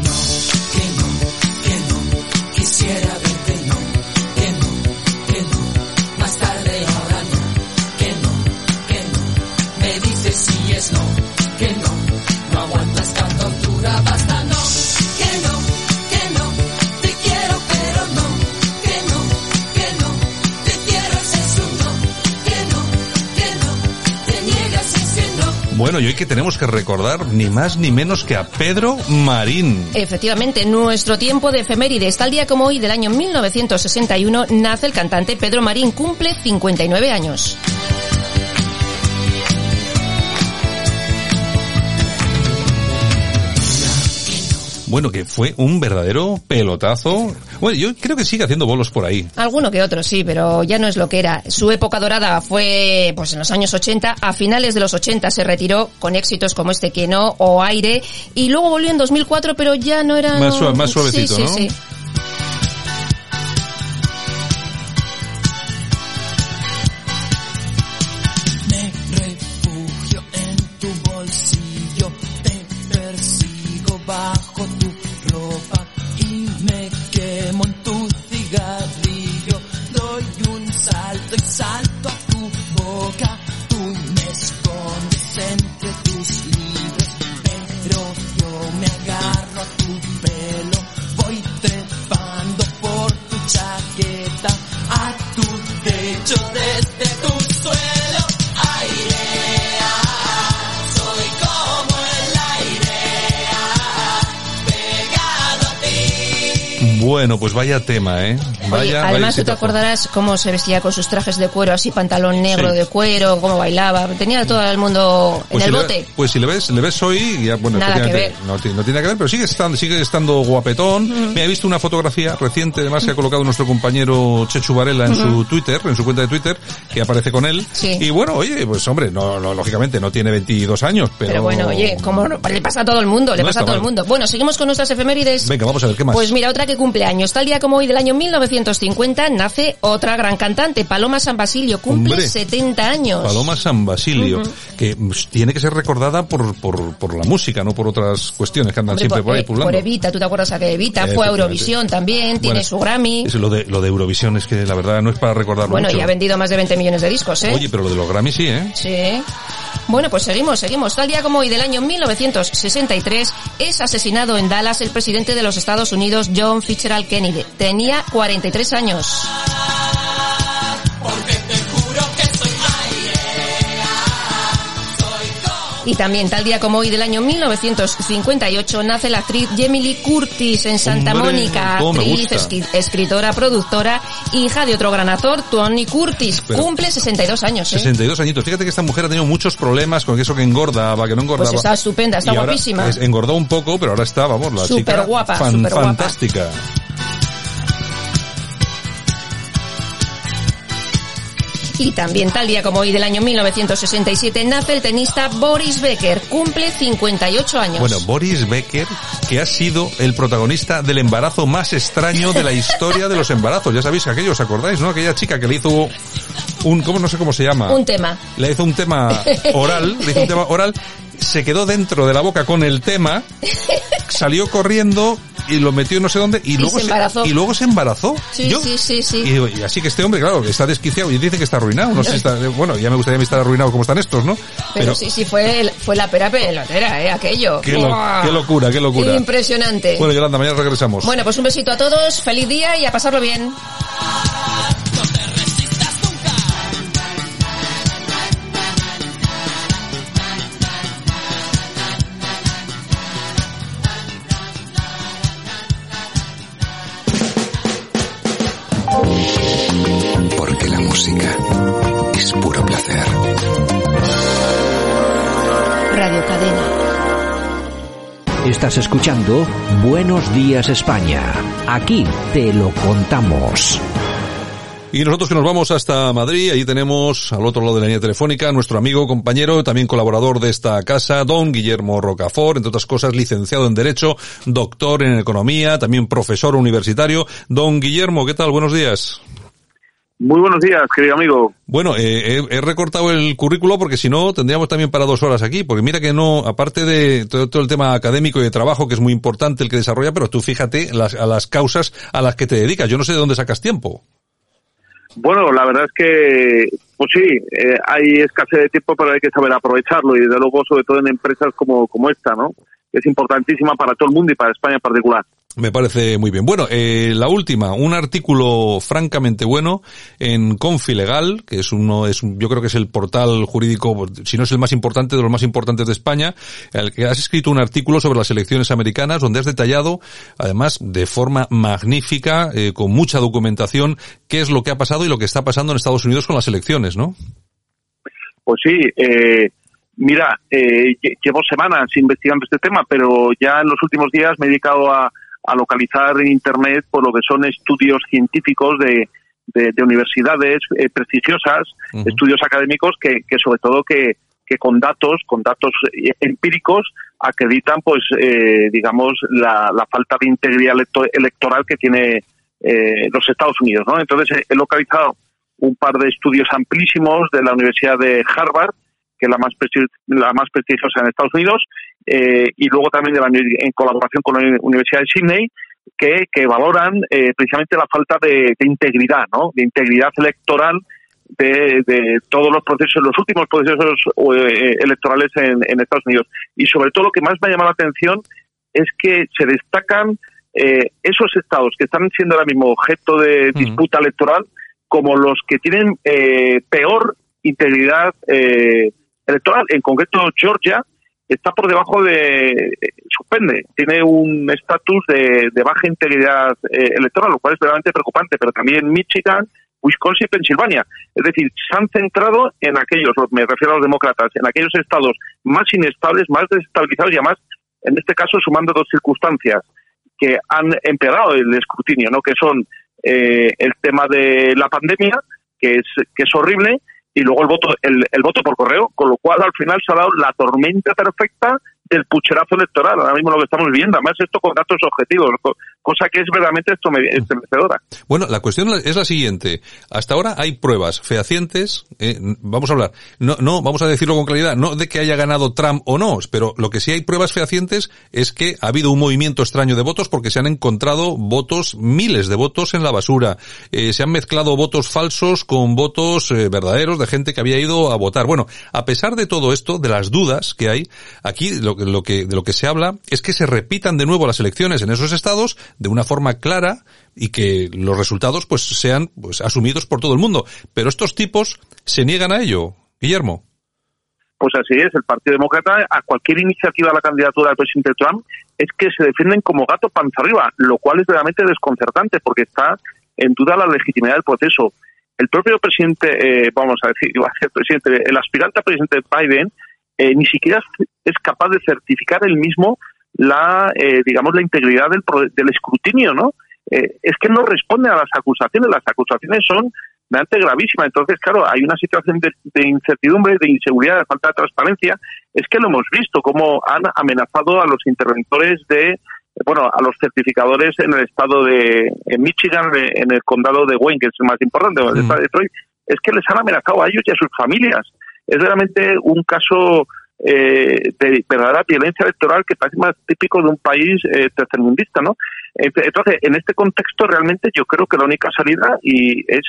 que no, quisiera verte, no, que no, más tarde ahora no, que no, me dices si es no, que no aguantas esta tortura, basta no, que no, te quiero pero no, que no, te quiero es un no, que no, te niegas ese no. Bueno, y hoy que tenemos que recordar ni más ni menos que a Pedro Marín. Efectivamente, nuestro tiempo de efemérides. Tal día como hoy del año 1961 nace el cantante Pedro Marín, cumple 59 años. Bueno, que fue un verdadero pelotazo. Bueno, yo creo que sigue haciendo bolos por ahí. Alguno que otro, sí, pero ya no es lo que era. Su época dorada fue pues en los años 80. A finales de los 80 se retiró con éxitos como este Que no o Aire. Y luego volvió en 2004, pero ya no era... Más suavecito, sí, ¿no? Sí. Me refugio en tu bolsillo, te persigo bajo tu ropa y me quemo en tu cigarrillo. Doy un salto y salto a tu boca, tú me escondes entre tus libros, pero yo me agarro a tu pelo, voy trepando por tu chaqueta a tu techo desde tu suelo. Aire, soy como el aire, pegado a ti. Bueno, pues vaya tema, ¿eh? Oye, además tú te acordarás cómo se vestía con sus trajes de cuero, así pantalón negro de cuero, cómo bailaba, tenía todo el mundo en el bote. Pues si le ves hoy, ya bueno, nada que ver. No tiene que ver, pero sigue estando guapetón. Me he visto una fotografía reciente, además que ha colocado nuestro compañero Chechu Varela en su Twitter, en su cuenta de Twitter, que aparece con él. Sí. Y bueno, oye, pues hombre, no lógicamente no tiene 22 años, pero bueno, oye, como le pasa a todo el mundo, Bueno, seguimos con nuestras efemérides. Venga, vamos a ver qué más. Pues mira, otra que cumple años, tal día como hoy del año 1950 nace otra gran cantante, Paloma San Basilio, cumple 70 años. Paloma San Basilio, que tiene que ser recordada por la música, no por otras cuestiones que andan siempre por ahí pululando. Por Evita, ¿tú te acuerdas de Evita? Fue a Eurovisión también, tiene su Grammy. Lo de Eurovisión es que la verdad no es para recordarlo mucho. Bueno, y ha vendido más de 20 millones de discos, ¿eh? Oye, pero lo de los Grammy sí, ¿eh? Sí. Bueno, pues seguimos. Tal día como hoy del año 1963 es asesinado en Dallas el presidente de los Estados Unidos, John Fitzgerald Kennedy. Tenía 43 años. Y también tal día como hoy del año 1958 nace la actriz Jamie Lee Curtis en Santa Mónica, actriz, escritora, productora, hija de otro gran actor, Tony Curtis. Pero cumple 62 años. 62 añitos. Fíjate que esta mujer ha tenido muchos problemas con eso que engordaba, que no engordaba. Pues está estupenda, está guapísima. Engordó un poco, pero ahora está, vamos, la super chica guapa, fantástica. Y también tal día como hoy del año 1967 nace el tenista Boris Becker, cumple 58 años. Bueno, Boris Becker, que ha sido el protagonista del embarazo más extraño de la historia de los embarazos. Ya sabéis aquello, ¿os acordáis, no? Aquella chica que le hizo no sé cómo se llama. Un tema. Le hizo un tema oral, se quedó dentro de la boca con el tema, salió corriendo y lo metió no sé dónde y luego se embarazó. Sí. Y así que este hombre, claro, está desquiciado y dice que está arruinado. No sé si está, bueno, ya me gustaría estar arruinado como están estos, ¿no? Pero sí, fue la pera pelotera, aquello. Qué locura. Impresionante. Bueno, Yolanda, mañana regresamos. Bueno, pues un besito a todos, feliz día y a pasarlo bien. Porque la música es puro placer. Radio Cadena. Estás escuchando Buenos Días España. Aquí te lo contamos. Y nosotros que nos vamos hasta Madrid, ahí tenemos al otro lado de la línea telefónica nuestro amigo, compañero, también colaborador de esta casa, don Guillermo Rocafort, entre otras cosas licenciado en Derecho, doctor en Economía, también profesor universitario. Don Guillermo, ¿qué tal? Buenos días. Muy buenos días, querido amigo. Bueno, he recortado el currículo porque si no tendríamos también para 2 horas aquí, porque mira que no, aparte de todo el tema académico y de trabajo, que es muy importante el que desarrolla, pero tú fíjate a las causas a las que te dedicas. Yo no sé de dónde sacas tiempo. Bueno, la verdad es que, pues sí, hay escasez de tiempo, pero hay que saber aprovecharlo y desde luego, sobre todo en empresas como esta, ¿no? Es importantísima para todo el mundo y para España en particular. Me parece muy bien. Bueno, la última, un artículo francamente bueno en Confilegal, que yo creo que es el portal jurídico, si no es el más importante, de los más importantes de España, el que has escrito un artículo sobre las elecciones americanas, donde has detallado, además, de forma magnífica, con mucha documentación, qué es lo que ha pasado y lo que está pasando en Estados Unidos con las elecciones, ¿no? Pues sí, mira, llevo semanas investigando este tema, pero ya en los últimos días me he dedicado a localizar en Internet por lo que son estudios científicos de universidades prestigiosas, estudios académicos que sobre todo que con datos empíricos acreditan pues digamos la falta de integridad electoral que tiene los Estados Unidos, ¿no? Entonces he localizado un par de estudios amplísimos de la Universidad de Harvard, que es la más prestigiosa en Estados Unidos, y luego también en colaboración con la Universidad de Sydney, que valoran precisamente la falta de integridad, ¿no? De integridad electoral de todos los procesos, los últimos procesos electorales en Estados Unidos. Y sobre todo lo que más me ha llamado la atención es que se destacan esos estados que están siendo ahora mismo objeto de disputa electoral como los que tienen peor integridad electoral. En concreto, Georgia está por debajo suspende, tiene un estatus de baja integridad electoral, lo cual es verdaderamente preocupante, pero también Michigan, Wisconsin y Pensilvania. Es decir, se han centrado en aquellos, me refiero a los demócratas, en aquellos estados más inestables, más desestabilizados y además, en este caso, sumando 2 circunstancias que han empeorado el escrutinio, ¿no? Que son el tema de la pandemia, que es horrible, y luego el voto por correo, con lo cual al final se ha dado la tormenta perfecta del pucherazo electoral. Ahora mismo lo que estamos viviendo, además esto con datos objetivos, cosa que es verdaderamente estremecedora. Bueno, la cuestión es la siguiente. Hasta ahora hay pruebas fehacientes, vamos a hablar, no vamos a decirlo con claridad, no de que haya ganado Trump o no, pero lo que sí hay pruebas fehacientes es que ha habido un movimiento extraño de votos porque se han encontrado votos, miles de votos en la basura. Se han mezclado votos falsos con votos verdaderos de gente que había ido a votar. Bueno, a pesar de todo esto, de las dudas que hay, aquí de lo que se habla es que se repitan de nuevo las elecciones en esos estados de una forma clara y que los resultados pues sean pues asumidos por todo el mundo. Pero estos tipos se niegan a ello, Guillermo. Pues así es, el Partido Demócrata, a cualquier iniciativa a la candidatura del presidente Trump, es que se defienden como gato panza arriba, lo cual es realmente desconcertante porque está en duda la legitimidad del proceso. El propio presidente, el aspirante a presidente Biden, ni siquiera es capaz de certificar él mismo la integridad del escrutinio, ¿no? Es que no responde a las acusaciones son bastante gravísimas. Entonces, claro, hay una situación de incertidumbre, de inseguridad, de falta de transparencia. Es que lo hemos visto, cómo han amenazado a los interventores a los certificadores en el estado de Michigan, en el condado de Wayne, que es el más importante, el estado de Detroit. Es que les han amenazado a ellos y a sus familias. Es realmente un caso de verdadera violencia electoral que parece más típico de un país tercermundista, ¿no? Entonces, en este contexto, realmente yo creo que la única salida y es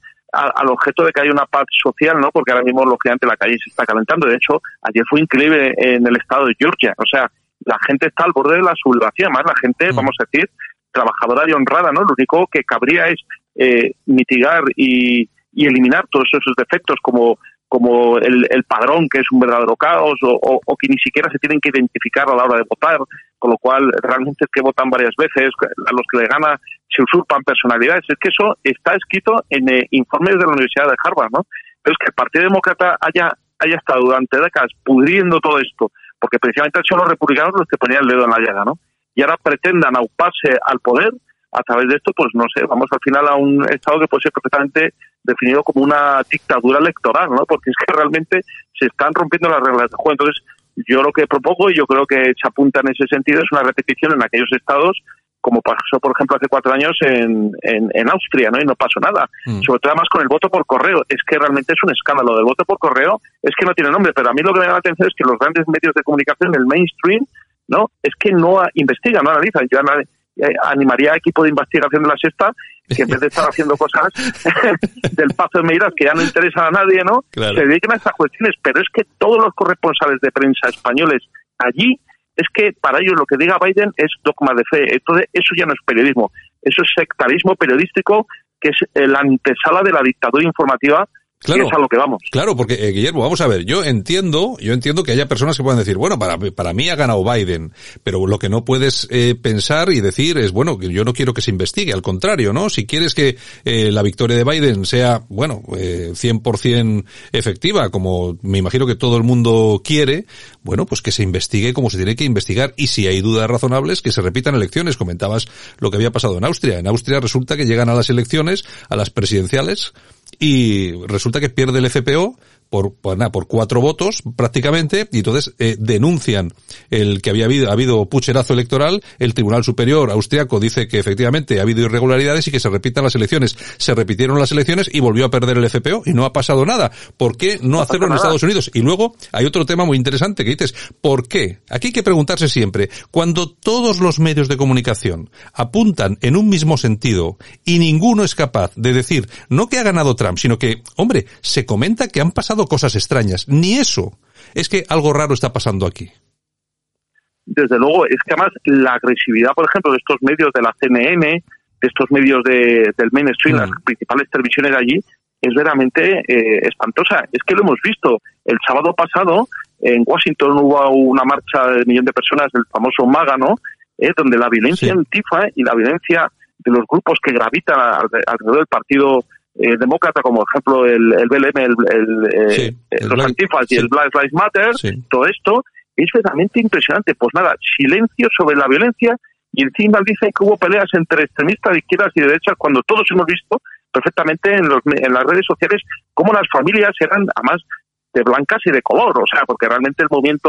al objeto de que haya una paz social, ¿no? Porque ahora mismo, lógicamente, la calle se está calentando. De hecho, ayer fue increíble en el estado de Georgia. O sea, la gente está al borde de la sublevación. Además, la gente, vamos a decir, trabajadora y honrada, ¿no? Lo único que cabría es mitigar y eliminar todos esos defectos como el padrón, que es un verdadero caos, o que ni siquiera se tienen que identificar a la hora de votar, con lo cual realmente es que votan varias veces, a los que le gana se usurpan personalidades. Es que eso está escrito en informes de la Universidad de Harvard, ¿no? Entonces, que el Partido Demócrata haya estado durante décadas pudriendo todo esto, porque precisamente son los republicanos los que ponían el dedo en la llaga, ¿no? Y ahora pretendan auparse al poder a través de esto, pues no sé, vamos al final a un estado que puede ser perfectamente definido como una dictadura electoral, ¿no? Porque es que realmente se están rompiendo las reglas del juego. Entonces, yo lo que propongo, y yo creo que se apunta en ese sentido, es una repetición en aquellos estados, como pasó, por ejemplo, hace 4 años en Austria, ¿no? Y no pasó nada. Sobre todo, además, con el voto por correo. Es que realmente es un escándalo. Del voto por correo es que no tiene nombre, pero a mí lo que me llama la atención es que los grandes medios de comunicación, el mainstream, ¿no? Es que no investigan, no analizan. Yo animaría a equipo de investigación de La Sexta que en vez de estar haciendo cosas del Pazo de Meirás que ya no interesan a nadie, ¿no? Claro. Se dediquen a estas cuestiones. Pero es que todos los corresponsales de prensa españoles allí, es que para ellos lo que diga Biden es dogma de fe. Entonces, eso ya no es periodismo. Eso es sectarismo periodístico, que es la antesala de la dictadura informativa. Claro, es a lo que vamos. Claro, porque Guillermo, vamos a ver, yo entiendo que haya personas que puedan decir, bueno, para mí ha ganado Biden, pero lo que no puedes pensar y decir es, bueno, que yo no quiero que se investigue, al contrario, ¿no? Si quieres que la victoria de Biden sea, 100% efectiva, como me imagino que todo el mundo quiere, bueno, pues que se investigue como se tiene que investigar, y si hay dudas razonables, que se repitan elecciones. Comentabas lo que había pasado en Austria. En Austria resulta que llegan a las elecciones, a las presidenciales, y resulta que pierde el FPO por 4 votos prácticamente, y entonces denuncian el que había habido pucherazo electoral. El Tribunal Superior austriaco dice que efectivamente ha habido irregularidades y que se repitan las elecciones. Se repitieron las elecciones y volvió a perder el FPO y no ha pasado nada. ¿Por qué no hacerlo en Estados Unidos? Y luego hay otro tema muy interesante que dices, ¿por qué? Aquí hay que preguntarse siempre, cuando todos los medios de comunicación apuntan en un mismo sentido y ninguno es capaz de decir, no que ha ganado Trump, sino que, hombre, se comenta que han pasado cosas extrañas. Ni eso. Es que algo raro está pasando aquí. Desde luego, es que además la agresividad, por ejemplo, de estos medios de la CNN, de estos medios del mainstream, las principales televisiones de allí, es verdaderamente espantosa. Es que lo hemos visto. El sábado pasado, en Washington hubo una marcha de 1 millón de personas, del famoso MAGA, ¿no? Donde la violencia antifa y la violencia de los grupos que gravitan alrededor del partido demócrata, como ejemplo el BLM, los antifas y el Black Lives Matter, todo esto es verdaderamente impresionante. Pues nada, silencio sobre la violencia, y encima dicen que hubo peleas entre extremistas de izquierdas y derechas, cuando todos hemos visto perfectamente en las redes sociales cómo las familias eran además de blancas y de color, o sea, porque realmente el movimiento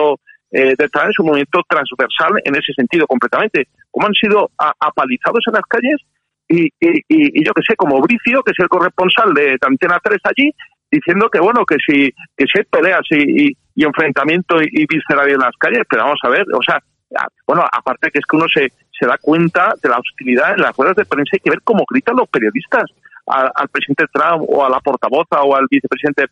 de Trump es un movimiento transversal en ese sentido completamente. Como han sido apalizados en las calles y yo que sé, como Bricio, que es el corresponsal de Antena 3 allí, diciendo que bueno, que si hay peleas y enfrentamiento y visceral en las calles, pero vamos a ver, o sea, bueno, aparte que es que uno se da cuenta de la hostilidad en las ruedas de prensa, hay que ver cómo gritan los periodistas al presidente Trump o a la portavoza o al vicepresidente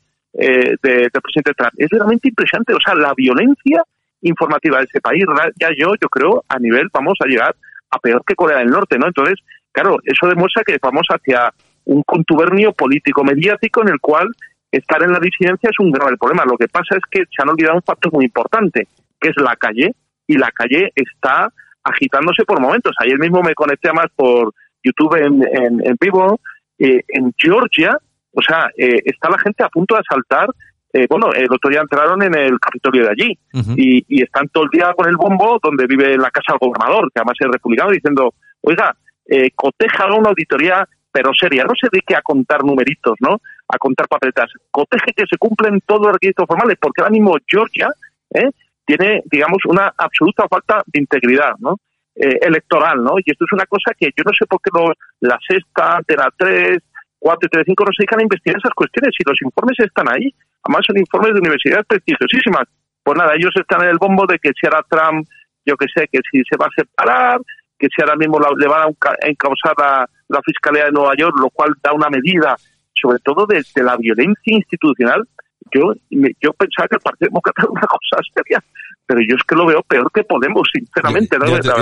del presidente Trump. Es realmente impresionante, o sea, la violencia informativa de ese país, ya yo creo, a nivel, vamos a llegar a peor que Corea del Norte, ¿no? Entonces, claro, eso demuestra que vamos hacia un contubernio político-mediático en el cual estar en la disidencia es un grave problema. Lo que pasa es que se han olvidado un factor muy importante, que es la calle, y la calle está agitándose por momentos. Ayer mismo me conecté más por YouTube en vivo, en Georgia, o sea, está la gente a punto de asaltar. Bueno, el otro día entraron en el Capitolio de allí y están todo el día con el bombo donde vive la casa del gobernador, que además es republicano, diciendo, oiga, coteja una auditoría, pero seria, no se dedique a contar numeritos, ¿no? A contar papeletas, coteje que se cumplen todos los requisitos formales, porque ahora mismo Georgia tiene, digamos, una absoluta falta de integridad, ¿no? Electoral, ¿no? Y esto es una cosa que yo no sé por qué la Sexta, Antena 3, 4 y Telecinco no se dedican a investigar esas cuestiones, y los informes están ahí, además son informes de universidades prestigiosísimas. Pues nada, ellos están en el bombo de que si ahora Trump, yo que sé, que si se va a separar, que si ahora mismo le van a encausar la Fiscalía de Nueva York, lo cual da una medida, sobre todo de la violencia institucional. Yo pensaba que el Partido Demócrata era una cosa seria, pero yo es que lo veo peor que Podemos, sinceramente.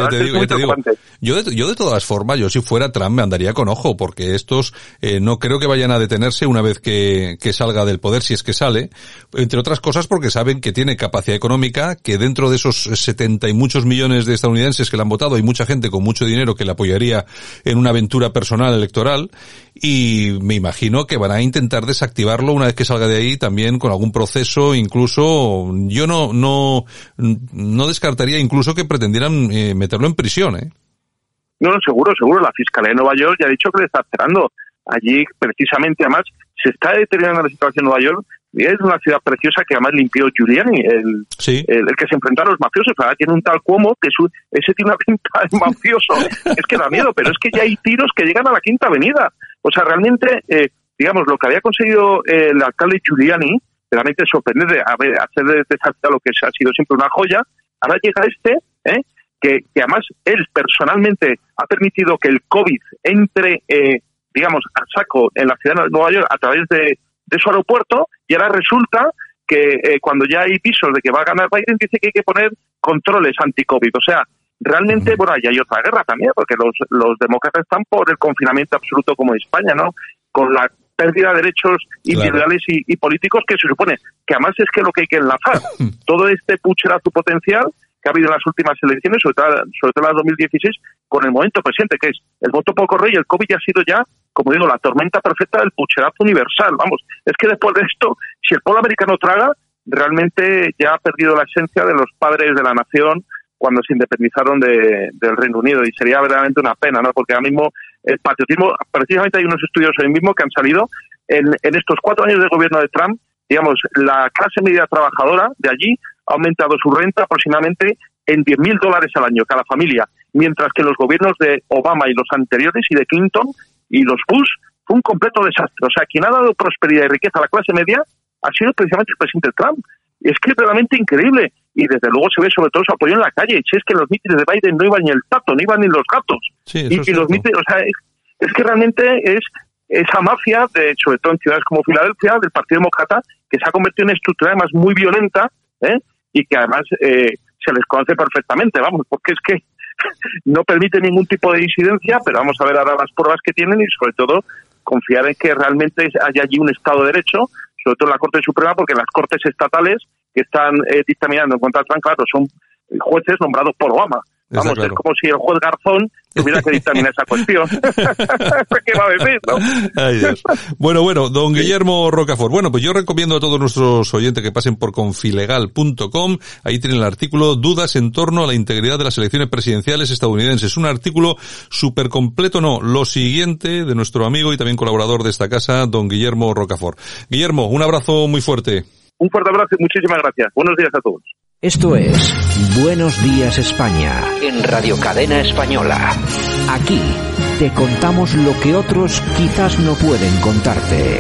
Yo de todas formas, yo si fuera Trump me andaría con ojo, porque estos no creo que vayan a detenerse una vez que salga del poder, si es que sale, entre otras cosas porque saben que tiene capacidad económica, que dentro de esos 70 y muchos millones de estadounidenses que le han votado hay mucha gente con mucho dinero que le apoyaría en una aventura personal electoral, y me imagino que van a intentar desactivarlo una vez que salga de ahí también con algún proceso. Incluso yo no descartaría incluso que pretendieran meterlo en prisión, ¿eh? No, seguro. La Fiscalía de Nueva York ya ha dicho que le está esperando. Allí, precisamente, además, se está deteriorando la situación en Nueva York. Y es una ciudad preciosa que además limpió Giuliani, el que se enfrentó a los mafiosos. Ahora tiene un tal Cuomo que ese tiene una pinta de mafioso. Es que da miedo, pero es que ya hay tiros que llegan a la Quinta Avenida. O sea, realmente, digamos, lo que había conseguido el alcalde Giuliani, realmente sorprendente, hacer de esta ciudad lo que ha sido siempre una joya. Ahora llega que además él personalmente ha permitido que el COVID entre, digamos, a saco en la ciudad de Nueva York a través de su aeropuerto, y ahora resulta que cuando ya hay visos de que va a ganar Biden, dice que hay que poner controles anti-COVID. O sea, realmente, bueno, ahí hay otra guerra también, porque los demócratas están por el confinamiento absoluto como España, ¿no? Con la pérdida de derechos individuales y políticos, que se supone que además es que lo que hay que enlazar todo este pucherazo potencial que ha habido en las últimas elecciones, sobre todo las 2016, con el momento presente, que es el voto por correo, y el COVID ya ha sido ya, como digo, la tormenta perfecta del pucherazo universal. Vamos, es que después de esto, si el pueblo americano traga, realmente ya ha perdido la esencia de los padres de la nación cuando se independizaron del Reino Unido, y sería verdaderamente una pena, ¿no? Porque ahora mismo el patriotismo, precisamente hay unos estudios hoy mismo que han salido en estos 4 años de gobierno de Trump, digamos, la clase media trabajadora de allí ha aumentado su renta aproximadamente en $10,000 al año cada familia, mientras que los gobiernos de Obama y los anteriores y de Clinton y los Bush fue un completo desastre. O sea, quien ha dado prosperidad y riqueza a la clase media ha sido precisamente el presidente Trump. Es que es realmente increíble. Y desde luego se ve sobre todo su apoyo en la calle. Si es que en los mítines de Biden no iban ni el tato, no iban ni los gatos. Sí, y los mítines, o sea, es que realmente es esa mafia, sobre todo en ciudades como Filadelfia, del Partido Demócrata, que se ha convertido en una estructura además muy violenta, y que además se les conoce perfectamente, vamos, porque es que no permite ningún tipo de disidencia, pero vamos a ver ahora las pruebas que tienen, y sobre todo confiar en que realmente haya allí un Estado de Derecho, sobre todo en la Corte Suprema, porque las Cortes estatales que están dictaminando en contra de Trump, claro, son jueces nombrados por Obama. Vamos, claro. Es como si el juez Garzón tuviera que dictaminar esa cuestión. ¿Qué va a decir, no? Ay, Dios. Bueno, don Guillermo Rocafort. Bueno, pues yo recomiendo a todos nuestros oyentes que pasen por confilegal.com. Ahí tienen el artículo Dudas en torno a la integridad de las elecciones presidenciales estadounidenses. Un artículo súper completo, lo siguiente, de nuestro amigo y también colaborador de esta casa, don Guillermo Rocafort. Guillermo, un abrazo muy fuerte. Un fuerte abrazo y muchísimas gracias. Buenos días a todos. Esto es Buenos Días España en Radio Cadena Española. Aquí te contamos lo que otros quizás no pueden contarte.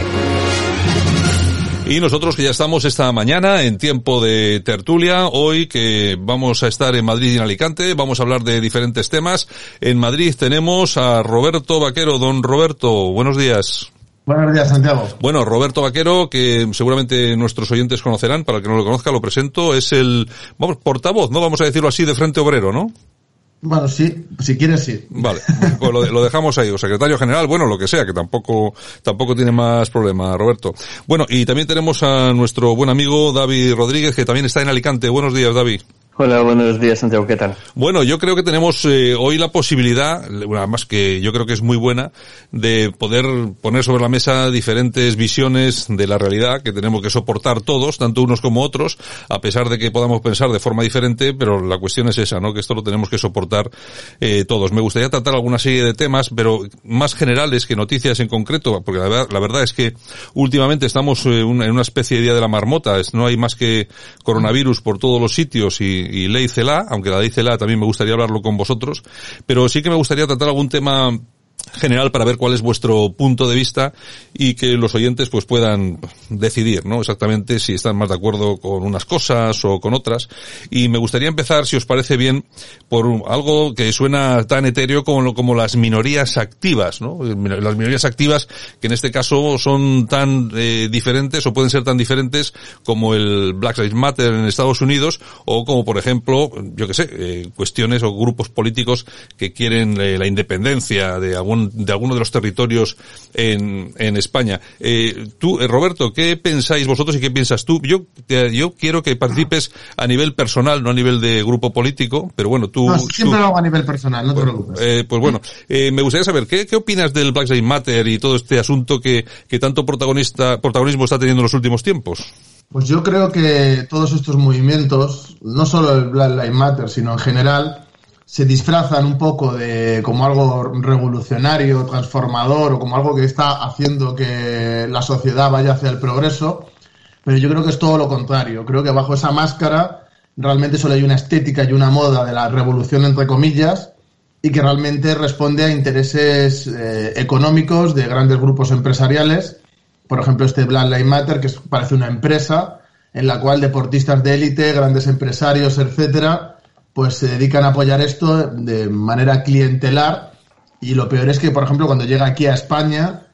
Y nosotros que ya estamos esta mañana en tiempo de tertulia, hoy que vamos a estar en Madrid y en Alicante, vamos a hablar de diferentes temas. En Madrid tenemos a Roberto Vaquero. Don Roberto, buenos días. Buenos días, Santiago. Bueno, Roberto Vaquero, que seguramente nuestros oyentes conocerán, para el que no lo conozca lo presento, es el, portavoz, ¿no? Vamos a decirlo así, de Frente Obrero, ¿no? Bueno, sí, si quieres, sí. Vale, pues lo dejamos ahí, o secretario general, bueno, lo que sea, que tampoco tiene más problema, Roberto. Bueno, y también tenemos a nuestro buen amigo David Rodríguez, que también está en Alicante. Buenos días, David. Hola, buenos días, Santiago, ¿qué tal? Bueno, yo creo que tenemos hoy la posibilidad, además que yo creo que es muy buena, de poder poner sobre la mesa diferentes visiones de la realidad que tenemos que soportar todos, tanto unos como otros, a pesar de que podamos pensar de forma diferente, pero la cuestión es esa, ¿no? Que esto lo tenemos que soportar todos. Me gustaría tratar alguna serie de temas, pero más generales que noticias en concreto, porque la verdad es que últimamente estamos en una especie de día de la marmota, no hay más que coronavirus por todos los sitios y ley CELA, aunque la ley CELA también me gustaría hablarlo con vosotros, pero sí que me gustaría tratar algún tema general para ver cuál es vuestro punto de vista y que los oyentes pues puedan decidir, ¿no? Exactamente si están más de acuerdo con unas cosas o con otras. Y me gustaría empezar, si os parece bien, por algo que suena tan etéreo como las minorías activas, ¿no? Las minorías activas que en este caso son tan diferentes o pueden ser tan diferentes como el Black Lives Matter en Estados Unidos o como, por ejemplo, yo qué sé, cuestiones o grupos políticos que quieren la independencia de alguno de los territorios en España. Tú, Roberto, ¿qué pensáis vosotros y qué piensas tú? Yo quiero que participes a nivel personal, no a nivel de grupo político, pero bueno, tú... No, siempre lo hago a nivel personal, no te preocupes. Pues bueno, me gustaría saber, ¿qué opinas del Black Lives Matter y todo este asunto que tanto protagonismo está teniendo en los últimos tiempos? Pues yo creo que todos estos movimientos, no solo el Black Lives Matter, sino en general, se disfrazan un poco de como algo revolucionario, transformador o como algo que está haciendo que la sociedad vaya hacia el progreso, pero yo creo que es todo lo contrario. Creo que bajo esa máscara realmente solo hay una estética y una moda de la revolución, entre comillas, y que realmente responde a intereses económicos de grandes grupos empresariales. Por ejemplo, este Black Lives Matter, que parece una empresa en la cual deportistas de élite, grandes empresarios, etcétera, pues se dedican a apoyar esto de manera clientelar. Y lo peor es que, por ejemplo, cuando llega aquí a España,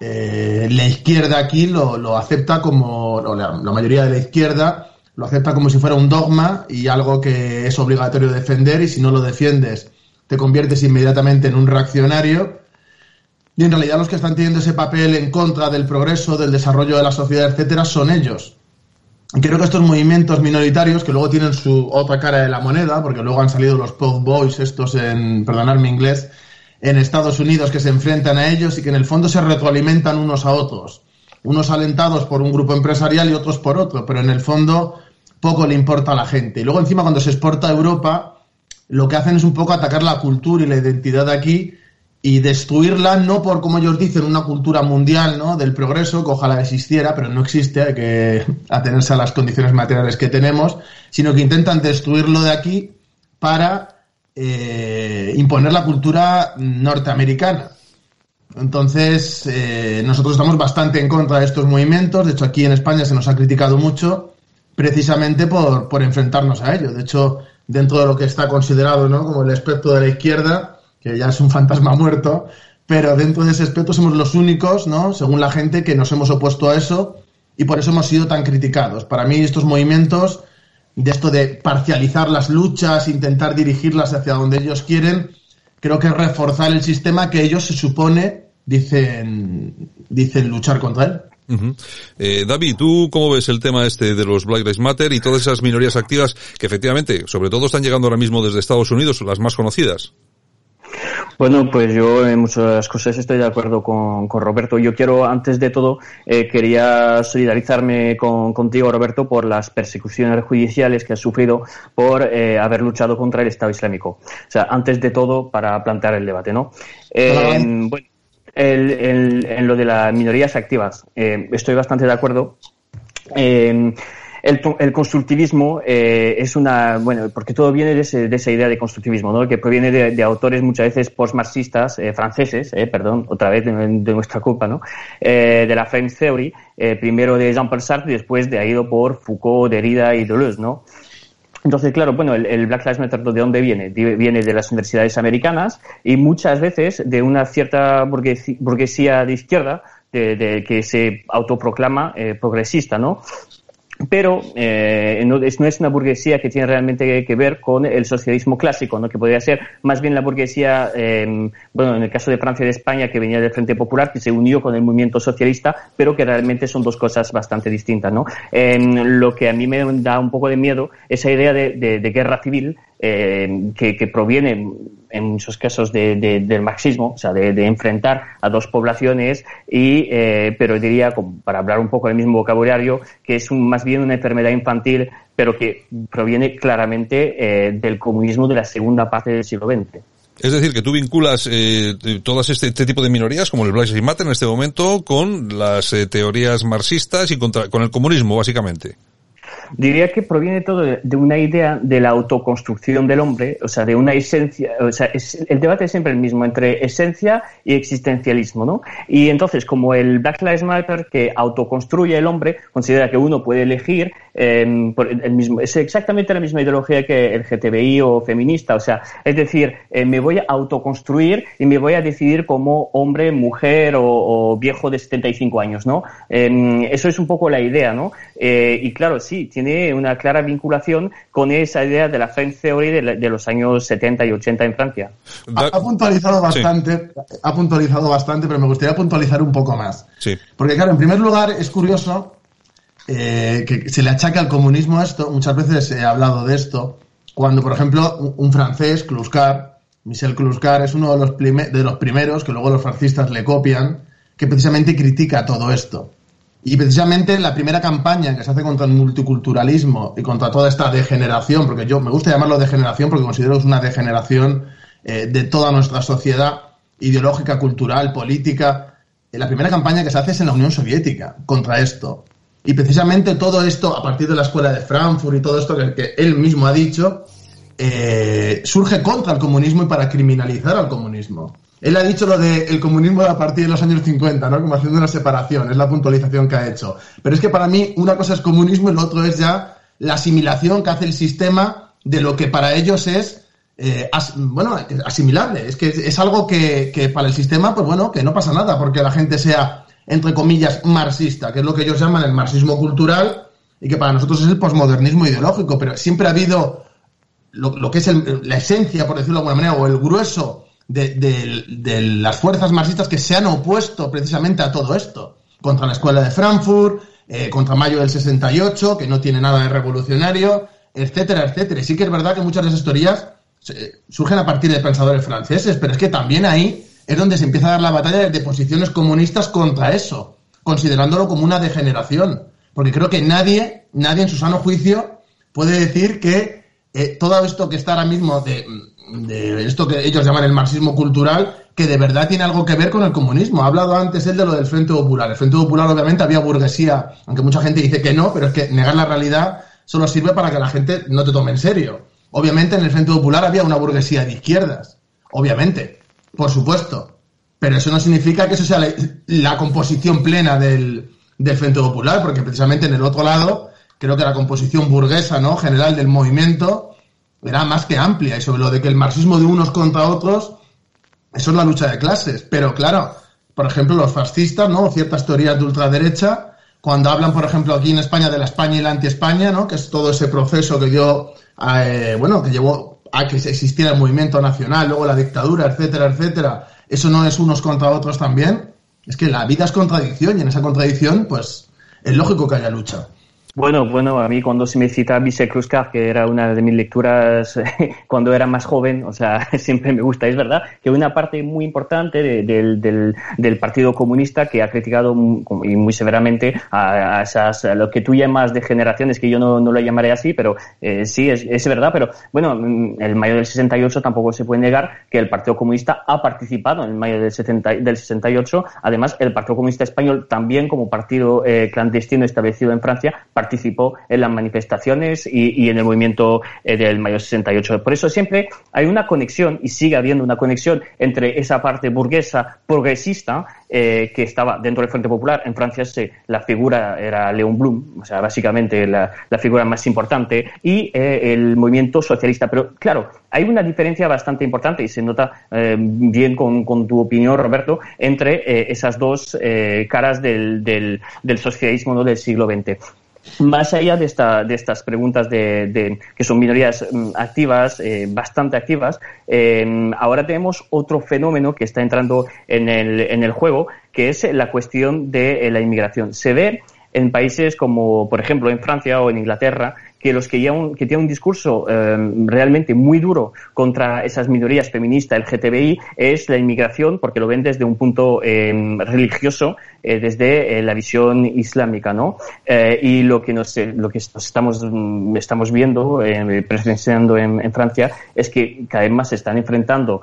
la izquierda aquí lo acepta como, la mayoría de la izquierda lo acepta como si fuera un dogma y algo que es obligatorio defender, y si no lo defiendes te conviertes inmediatamente en un reaccionario. Y en realidad los que están teniendo ese papel en contra del progreso, del desarrollo de la sociedad, etcétera, son ellos. Creo que estos movimientos minoritarios, que luego tienen su otra cara de la moneda, porque luego han salido los Proud Boys, estos perdonadme inglés, en Estados Unidos, que se enfrentan a ellos y que en el fondo se retroalimentan unos a otros. Unos alentados por un grupo empresarial y otros por otro, pero en el fondo poco le importa a la gente. Y luego encima cuando se exporta a Europa, lo que hacen es un poco atacar la cultura y la identidad de aquí y destruirla, no por, como ellos dicen, una cultura mundial, ¿no?, del progreso, que ojalá existiera, pero no existe, hay que atenerse a las condiciones materiales que tenemos, sino que intentan destruirlo de aquí para imponer la cultura norteamericana. Entonces, nosotros estamos bastante en contra de estos movimientos. De hecho, aquí en España se nos ha criticado mucho precisamente por enfrentarnos a ello. De hecho, dentro de lo que está considerado, ¿no?, como el espectro de la izquierda, que ya es un fantasma muerto, pero dentro de ese espectro somos los únicos, ¿no?, según la gente, que nos hemos opuesto a eso y por eso hemos sido tan criticados. Para mí estos movimientos, de esto de parcializar las luchas, intentar dirigirlas hacia donde ellos quieren, creo que es reforzar el sistema que ellos se supone dicen luchar contra él. Uh-huh. David, ¿tú cómo ves el tema este de los Black Lives Matter y todas esas minorías activas que efectivamente, sobre todo, están llegando ahora mismo desde Estados Unidos, las más conocidas? Bueno, pues yo en muchas cosas estoy de acuerdo con Roberto. Yo quiero, antes de todo, quería solidarizarme contigo, Roberto, por las persecuciones judiciales que has sufrido por haber luchado contra el Estado Islámico. O sea, antes de todo, para plantear el debate, ¿no? Bueno, en lo de las minorías activas, estoy bastante de acuerdo. El constructivismo es una, bueno, porque todo viene de esa idea de constructivismo, ¿no? Que proviene de autores muchas veces postmarxistas franceses, perdón, otra vez de nuestra culpa, ¿no? De la Frame Theory, primero de Jean-Paul Sartre y después de ido por Foucault, Derrida y Deleuze, ¿no? Entonces, claro, bueno, el Black Lives Matter, ¿de dónde viene? Viene de las universidades americanas y muchas veces de una cierta burguesía de izquierda que se autoproclama progresista, ¿no? Pero no es una burguesía que tiene realmente que ver con el socialismo clásico, ¿no? Que podría ser más bien la burguesía, bueno, en el caso de Francia y de España, que venía del Frente Popular, que se unió con el movimiento socialista, pero que realmente son dos cosas bastante distintas, ¿no? Lo que a mí me da un poco de miedo, esa idea de guerra civil, que proviene en muchos casos del marxismo, o sea, de enfrentar a dos poblaciones pero diría, para hablar un poco del mismo vocabulario, que es más bien una enfermedad infantil, pero que proviene claramente del comunismo de la segunda parte del siglo XX. Es decir, que tú vinculas todas este tipo de minorías, como el Black Lives Matter en este momento, con las teorías marxistas y con el comunismo, básicamente. Diría que proviene todo de una idea de la autoconstrucción del hombre, o sea, de una esencia, o sea, el debate es siempre el mismo entre esencia y existencialismo, ¿no? Y entonces, como el Black Lives Matter, que autoconstruye el hombre, considera que uno puede elegir es exactamente la misma ideología que el LGTBI o feminista, o sea, es decir, me voy a autoconstruir y me voy a decidir como hombre, mujer o viejo de 75 años, ¿no? Eso es un poco la idea, ¿no? Y claro, sí, tiene una clara vinculación con esa idea de la Frame Theory de los años 70 y 80 en Francia. Ha puntualizado bastante, pero me gustaría puntualizar un poco más. Sí. Porque claro, en primer lugar es curioso que se le achaca al comunismo esto. Muchas veces he hablado de esto cuando, por ejemplo, un francés, Michel Clouscar, es uno de los primeros que luego los fascistas le copian, que precisamente critica todo esto. Y precisamente la primera campaña que se hace contra el multiculturalismo y contra toda esta degeneración, porque me gusta llamarlo degeneración porque considero que es una degeneración de toda nuestra sociedad ideológica, cultural, política. La primera campaña que se hace es en la Unión Soviética contra esto. Y precisamente todo esto, a partir de la escuela de Frankfurt y todo esto que él mismo ha dicho, surge contra el comunismo y para criminalizar al comunismo. Él ha dicho lo del comunismo a partir de los años 50, ¿no? Como haciendo una separación, es la puntualización que ha hecho. Pero es que para mí una cosa es comunismo y lo otro es ya la asimilación que hace el sistema de lo que para ellos es, asimilable. Es que es algo que para el sistema, pues bueno, que no pasa nada porque la gente sea, entre comillas, marxista, que es lo que ellos llaman el marxismo cultural y que para nosotros es el posmodernismo ideológico. Pero siempre ha habido lo que es la esencia, por decirlo de alguna manera, o el grueso de las fuerzas marxistas que se han opuesto precisamente a todo esto, contra la escuela de Frankfurt, contra Mayo del 68, que no tiene nada de revolucionario, etcétera, etcétera. Y sí que es verdad que muchas de esas teorías surgen a partir de pensadores franceses, pero es que también ahí es donde se empieza a dar la batalla de posiciones comunistas contra eso, considerándolo como una degeneración, porque creo que nadie en su sano juicio puede decir que todo esto que está ahora mismo de esto que ellos llaman el marxismo cultural, que de verdad tiene algo que ver con el comunismo. Ha hablado antes él de lo del Frente Popular. El Frente Popular obviamente había burguesía, aunque mucha gente dice que no, pero es que negar la realidad solo sirve para que la gente no te tome en serio. Obviamente en el Frente Popular había una burguesía de izquierdas, obviamente, por supuesto, pero eso no significa que eso sea la composición plena del Frente Popular, porque precisamente en el otro lado creo que la composición burguesa, ¿no?, general del movimiento era más que amplia, y sobre lo de que el marxismo de unos contra otros, eso es la lucha de clases. Pero claro, por ejemplo, los fascistas, ¿no?, ciertas teorías de ultraderecha, cuando hablan, por ejemplo, aquí en España de la España y la anti-España, ¿no?, que es todo ese proceso que llevó a que existiera el movimiento nacional, luego la dictadura, etcétera, etcétera. Eso no es unos contra otros también. Es que la vida es contradicción, y en esa contradicción, pues, es lógico que haya lucha. Bueno, a mí cuando se me cita Michel Clouscar, que era una de mis lecturas cuando era más joven, o sea, siempre me gusta, es verdad, que una parte muy importante del Partido Comunista que ha criticado y muy severamente a lo que tú llamas degeneraciones, que yo no lo llamaré así, pero sí, es verdad, pero bueno, el mayo del 68 tampoco se puede negar que el Partido Comunista ha participado en el mayo del 68, además el Partido Comunista Español también como partido clandestino establecido en Francia, participó en las manifestaciones y en el movimiento del Mayo 68. Por eso siempre hay una conexión, y sigue habiendo una conexión entre esa parte burguesa, progresista, que estaba dentro del Frente Popular. En Francia la figura era Léon Blum, o sea, básicamente la figura más importante, y el movimiento socialista. Pero claro, hay una diferencia bastante importante, y se nota bien con tu opinión, Roberto, entre esas dos caras del socialismo, ¿no?, del siglo XX. Más allá de estas preguntas de que son minorías activas, bastante activas, ahora tenemos otro fenómeno que está entrando en el juego, que es la cuestión de la inmigración. Se ve en países como, por ejemplo, en Francia o en Inglaterra, que los que tienen un discurso realmente muy duro contra esas minorías feministas, el LGTBI, es la inmigración, porque lo ven desde un punto religioso, desde la visión islámica, ¿no? Y lo que estamos viendo, presenciando en Francia, es que cada vez más se están enfrentando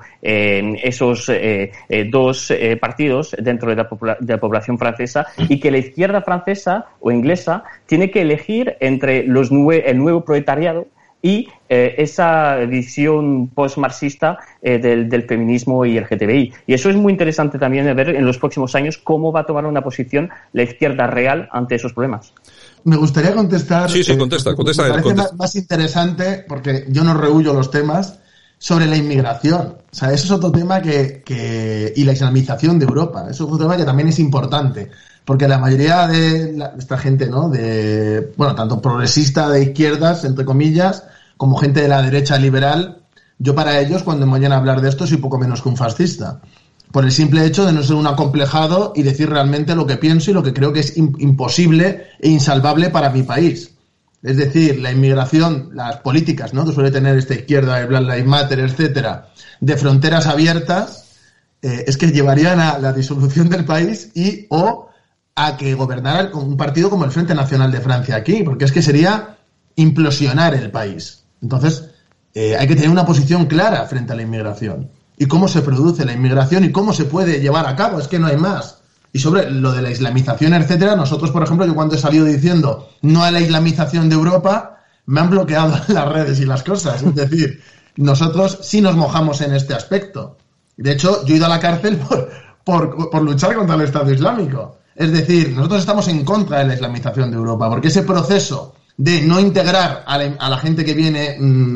esos dos partidos dentro de la población francesa, y que la izquierda francesa o inglesa tiene que elegir entre el nuevo proletariado y esa visión post-marxista del feminismo y el LGTBI. Y eso es muy interesante también de ver en los próximos años cómo va a tomar una posición la izquierda real ante esos problemas. Me gustaría contestar... Sí, contesta. Me parece más interesante, porque yo no rehuyo los temas, sobre la inmigración. O sea, eso es otro tema y la islamización de Europa. Eso es otro tema que también es importante. Porque la mayoría de esta gente, ¿no?, tanto progresista de izquierdas, entre comillas, como gente de la derecha liberal, yo para ellos, cuando me vayan a hablar de esto, soy poco menos que un fascista. Por el simple hecho de no ser un acomplejado y decir realmente lo que pienso y lo que creo que es imposible e insalvable para mi país. Es decir, la inmigración, las políticas, ¿no?, que suele tener esta izquierda, el Black Lives Matter, etcétera, de fronteras abiertas, es que llevarían a la disolución del país o a que gobernara un partido como el Frente Nacional de Francia aquí, porque es que sería implosionar el país. Entonces, hay que tener una posición clara frente a la inmigración, y cómo se produce la inmigración y cómo se puede llevar a cabo, es que no hay más. Y sobre lo de la islamización, etcétera, nosotros, por ejemplo, yo cuando he salido diciendo no a la islamización de Europa, me han bloqueado las redes y las cosas. Es decir, nosotros sí nos mojamos en este aspecto. De hecho, yo he ido a la cárcel por luchar contra el Estado Islámico. Es decir, nosotros estamos en contra de la islamización de Europa, porque ese proceso de no integrar a la gente que viene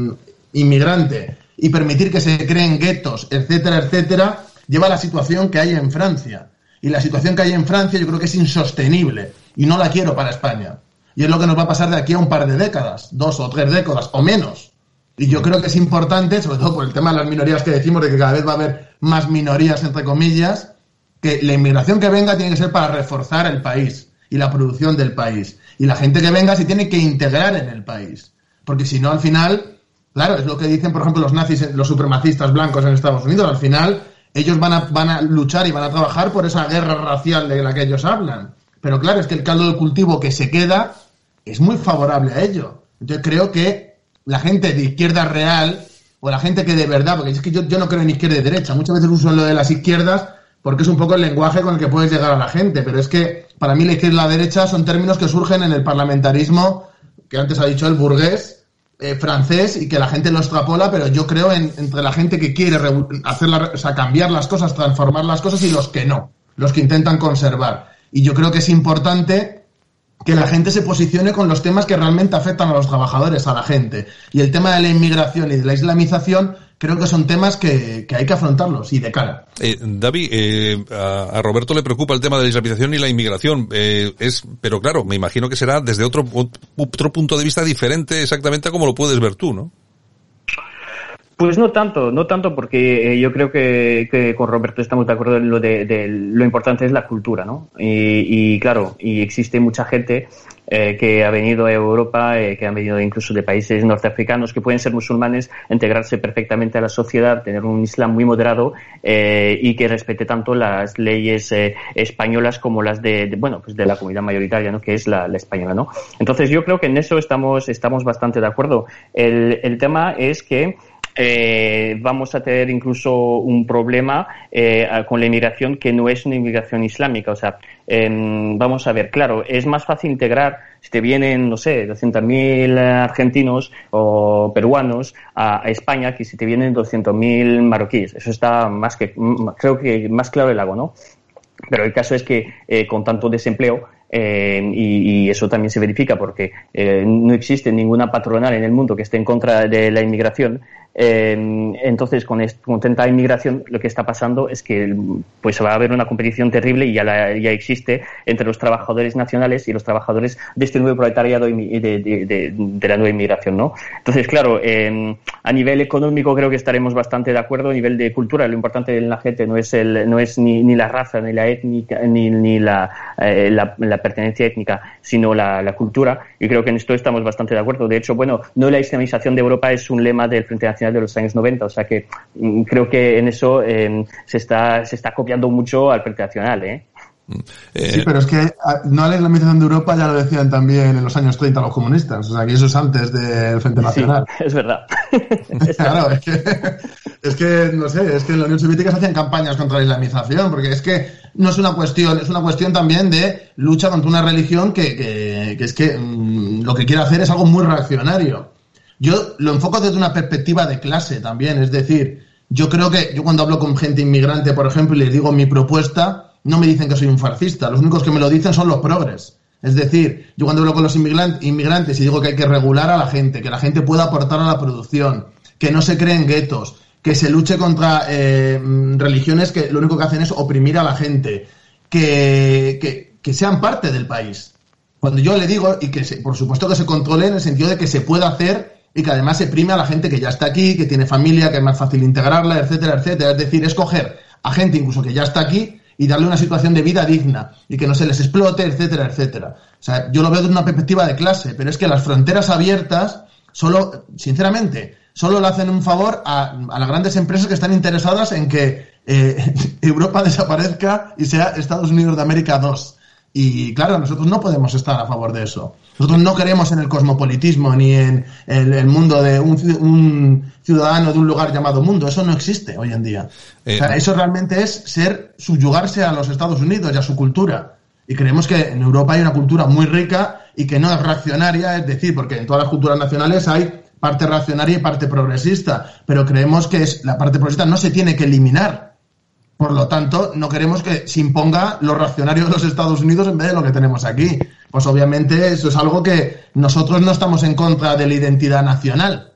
inmigrante y permitir que se creen guetos, etcétera, etcétera, lleva a la situación que hay en Francia. Y la situación que hay en Francia yo creo que es insostenible, y no la quiero para España. Y es lo que nos va a pasar de aquí a un par de décadas, 2 o 3 décadas o menos. Y yo creo que es importante, sobre todo por el tema de las minorías que decimos, de que cada vez va a haber más minorías, entre comillas, que la inmigración que venga tiene que ser para reforzar el país y la producción del país. Y la gente que venga se tiene que integrar en el país. Porque si no, al final, claro, es lo que dicen, por ejemplo, los nazis, los supremacistas blancos en Estados Unidos. Al final, ellos van a luchar y van a trabajar por esa guerra racial de la que ellos hablan. Pero claro, es que el caldo de cultivo que se queda es muy favorable a ello. Entonces creo que la gente de izquierda real, o la gente que de verdad, porque es que yo no creo en izquierda y derecha, muchas veces uso lo de las izquierdas porque es un poco el lenguaje con el que puedes llegar a la gente, pero es que para mí la izquierda y la derecha son términos que surgen en el parlamentarismo, que antes ha dicho el burgués francés, y que la gente lo extrapola, pero yo creo entre la gente que quiere cambiar las cosas, transformar las cosas, y los que no, los que intentan conservar. Y yo creo que es importante que la gente se posicione con los temas que realmente afectan a los trabajadores, a la gente. Y el tema de la inmigración y de la islamización creo que son temas que hay que afrontarlos y de cara. David, a Roberto le preocupa el tema de la islamización y la inmigración, pero claro, me imagino que será desde otro punto de vista diferente exactamente a como lo puedes ver tú, ¿no? Pues no tanto porque yo creo que con Roberto estamos de acuerdo en lo importante es la cultura, ¿no? Y claro, y existe mucha gente que ha venido a Europa, que han venido incluso de países norteafricanos, que pueden ser musulmanes, integrarse perfectamente a la sociedad, tener un islam muy moderado y que respete tanto las leyes españolas como las de la comunidad mayoritaria, ¿no? Que es la española, ¿no? Entonces yo creo que en eso estamos bastante de acuerdo. El tema es que vamos a tener incluso un problema con la inmigración que no es una inmigración islámica. O sea, Vamos a ver, claro, es más fácil integrar si te vienen, no sé, 200.000 argentinos o peruanos a España que si te vienen 200.000 marroquíes. Eso está creo que más claro el lago, ¿no? Pero el caso es que con tanto desempleo, y eso también se verifica porque no existe ninguna patronal en el mundo que esté en contra de la inmigración. Entonces, con tanta inmigración, lo que está pasando es que pues va a haber una competición terrible y ya existe entre los trabajadores nacionales y los trabajadores de este nuevo proletariado de la nueva inmigración, ¿no? Entonces, claro, a nivel económico creo que estaremos bastante de acuerdo. A nivel de cultura, lo importante en la gente no es ni la raza, ni la étnica, ni la pertenencia étnica, sino la cultura. Y creo que en esto estamos bastante de acuerdo. De hecho, bueno, no la islamización de Europa es un lema del Frente Nacional de los años 90, o sea que creo que en eso se está copiando mucho al Frente Nacional, Sí, pero es que no a la islamización de Europa ya lo decían también en los años 30 los comunistas, o sea que eso es antes del Frente Nacional. Sí, es verdad. Claro, es que no sé, es que en la Unión Soviética se hacían campañas contra la islamización, porque es que no es una cuestión también de lucha contra una religión que es que lo que quiere hacer es algo muy reaccionario. Yo lo enfoco desde una perspectiva de clase también, es decir, yo creo que yo cuando hablo con gente inmigrante, por ejemplo, y les digo mi propuesta, no me dicen que soy un fascista, los únicos que me lo dicen son los progres. Es decir, yo cuando hablo con los inmigrantes y digo que hay que regular a la gente, que la gente pueda aportar a la producción, que no se creen guetos, que se luche contra religiones que lo único que hacen es oprimir a la gente, que sean parte del país. Cuando yo le digo, y que por supuesto que se controle en el sentido de que se pueda hacer y que además se prime a la gente que ya está aquí, que tiene familia, que es más fácil integrarla, etcétera, etcétera. Es decir, escoger a gente incluso que ya está aquí y darle una situación de vida digna y que no se les explote, etcétera, etcétera. O sea, yo lo veo desde una perspectiva de clase, pero es que las fronteras abiertas sinceramente, solo le hacen un favor a las grandes empresas que están interesadas en que Europa desaparezca y sea Estados Unidos de América 2. Y claro, nosotros no podemos estar a favor de eso. Nosotros no creemos en el cosmopolitismo ni en el mundo de un ciudadano de un lugar llamado mundo. Eso no existe hoy en día. O sea, eso realmente es subyugarse a los Estados Unidos y a su cultura. Y creemos que en Europa hay una cultura muy rica y que no es reaccionaria, es decir, porque en todas las culturas nacionales hay parte reaccionaria y parte progresista, pero creemos que la parte progresista no se tiene que eliminar. Por lo tanto, no queremos que se imponga lo reaccionario de los Estados Unidos en vez de lo que tenemos aquí. Pues obviamente eso es algo que nosotros no estamos en contra de la identidad nacional.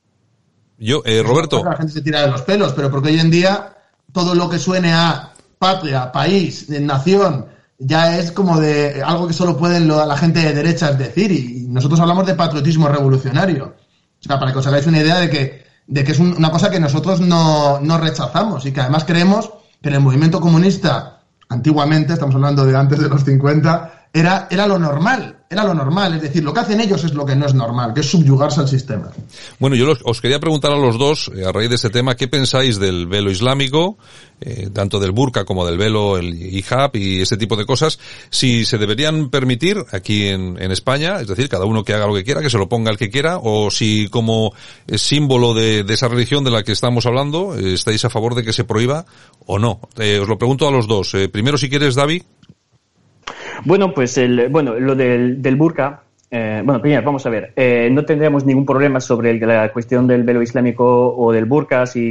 Roberto. La gente se tira de los pelos, pero porque hoy en día todo lo que suene a patria, país, nación, ya es como de algo que solo pueden la gente de derechas decir. Y nosotros hablamos de patriotismo revolucionario. O sea, para que os hagáis una idea de que es una cosa que nosotros no rechazamos y que además creemos que en el movimiento comunista, antiguamente, estamos hablando de antes de los 50, era lo normal, es decir, lo que hacen ellos es lo que no es normal, que es subyugarse al sistema. Bueno, yo os quería preguntar a los dos, a raíz de este tema, ¿qué pensáis del velo islámico, tanto del burka como del velo, el hijab y ese tipo de cosas, si se deberían permitir aquí en España, es decir, cada uno que haga lo que quiera, que se lo ponga el que quiera, o si como símbolo de esa religión de la que estamos hablando, estáis a favor de que se prohíba o no? Os lo pregunto a los dos. Primero, si quieres, David. Bueno, pues lo del burka, primero vamos a ver, no tendríamos ningún problema sobre la cuestión del velo islámico o del burka si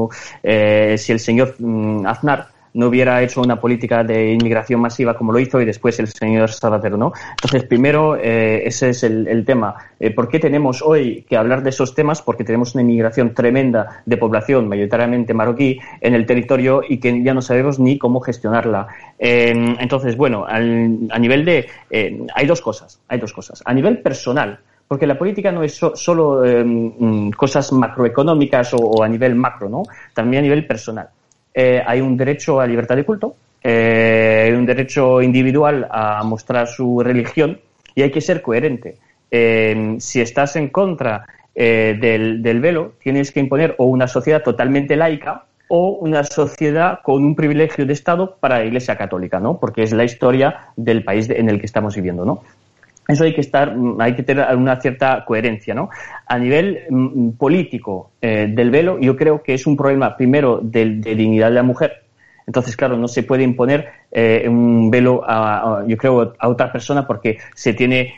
el señor Aznar no hubiera hecho una política de inmigración masiva como lo hizo y después el señor Zapatero, ¿no? Entonces, primero, ese es el tema. ¿Por qué tenemos hoy que hablar de esos temas? Porque tenemos una inmigración tremenda de población, mayoritariamente marroquí, en el territorio y que ya no sabemos ni cómo gestionarla. Entonces, bueno, a nivel de... hay dos cosas. A nivel personal, porque la política no es solo cosas macroeconómicas o a nivel macro, ¿no? También a nivel personal. Hay un derecho a libertad de culto, hay un derecho individual a mostrar su religión y hay que ser coherente. Si estás en contra del velo, tienes que imponer o una sociedad totalmente laica o una sociedad con un privilegio de Estado para la Iglesia Católica, ¿no? Porque es la historia del país en el que estamos viviendo, ¿no? Eso hay que tener una cierta coherencia, ¿no? A nivel político del velo, yo creo que es un problema primero de dignidad de la mujer. Entonces, claro, no se puede imponer un velo yo creo, a otra persona, porque se tiene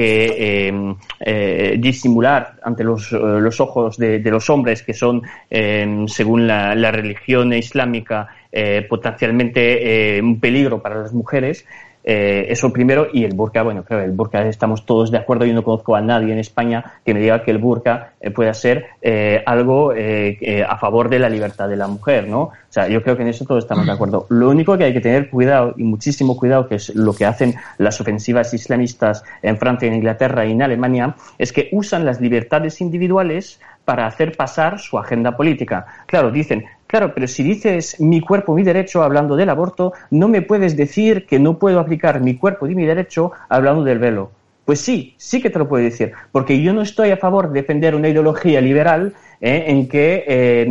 que disimular ante los ojos de los hombres, que son, según la religión islámica, potencialmente un peligro para las mujeres. Eso primero, y el burka, bueno, creo que el burka estamos todos de acuerdo. Yo no conozco a nadie en España que me diga que el burka pueda ser algo a favor de la libertad de la mujer, ¿no? O sea, yo creo que en eso todos estamos de acuerdo. Lo único que hay que tener cuidado, y muchísimo cuidado, que es lo que hacen las ofensivas islamistas en Francia, en Inglaterra y en Alemania, es que usan las libertades individuales para hacer pasar su agenda política. Claro, dicen, claro, pero si dices mi cuerpo, mi derecho, hablando del aborto, no me puedes decir que no puedo aplicar mi cuerpo y mi derecho hablando del velo. Pues sí que te lo puedo decir, porque yo no estoy a favor de defender una ideología liberal en que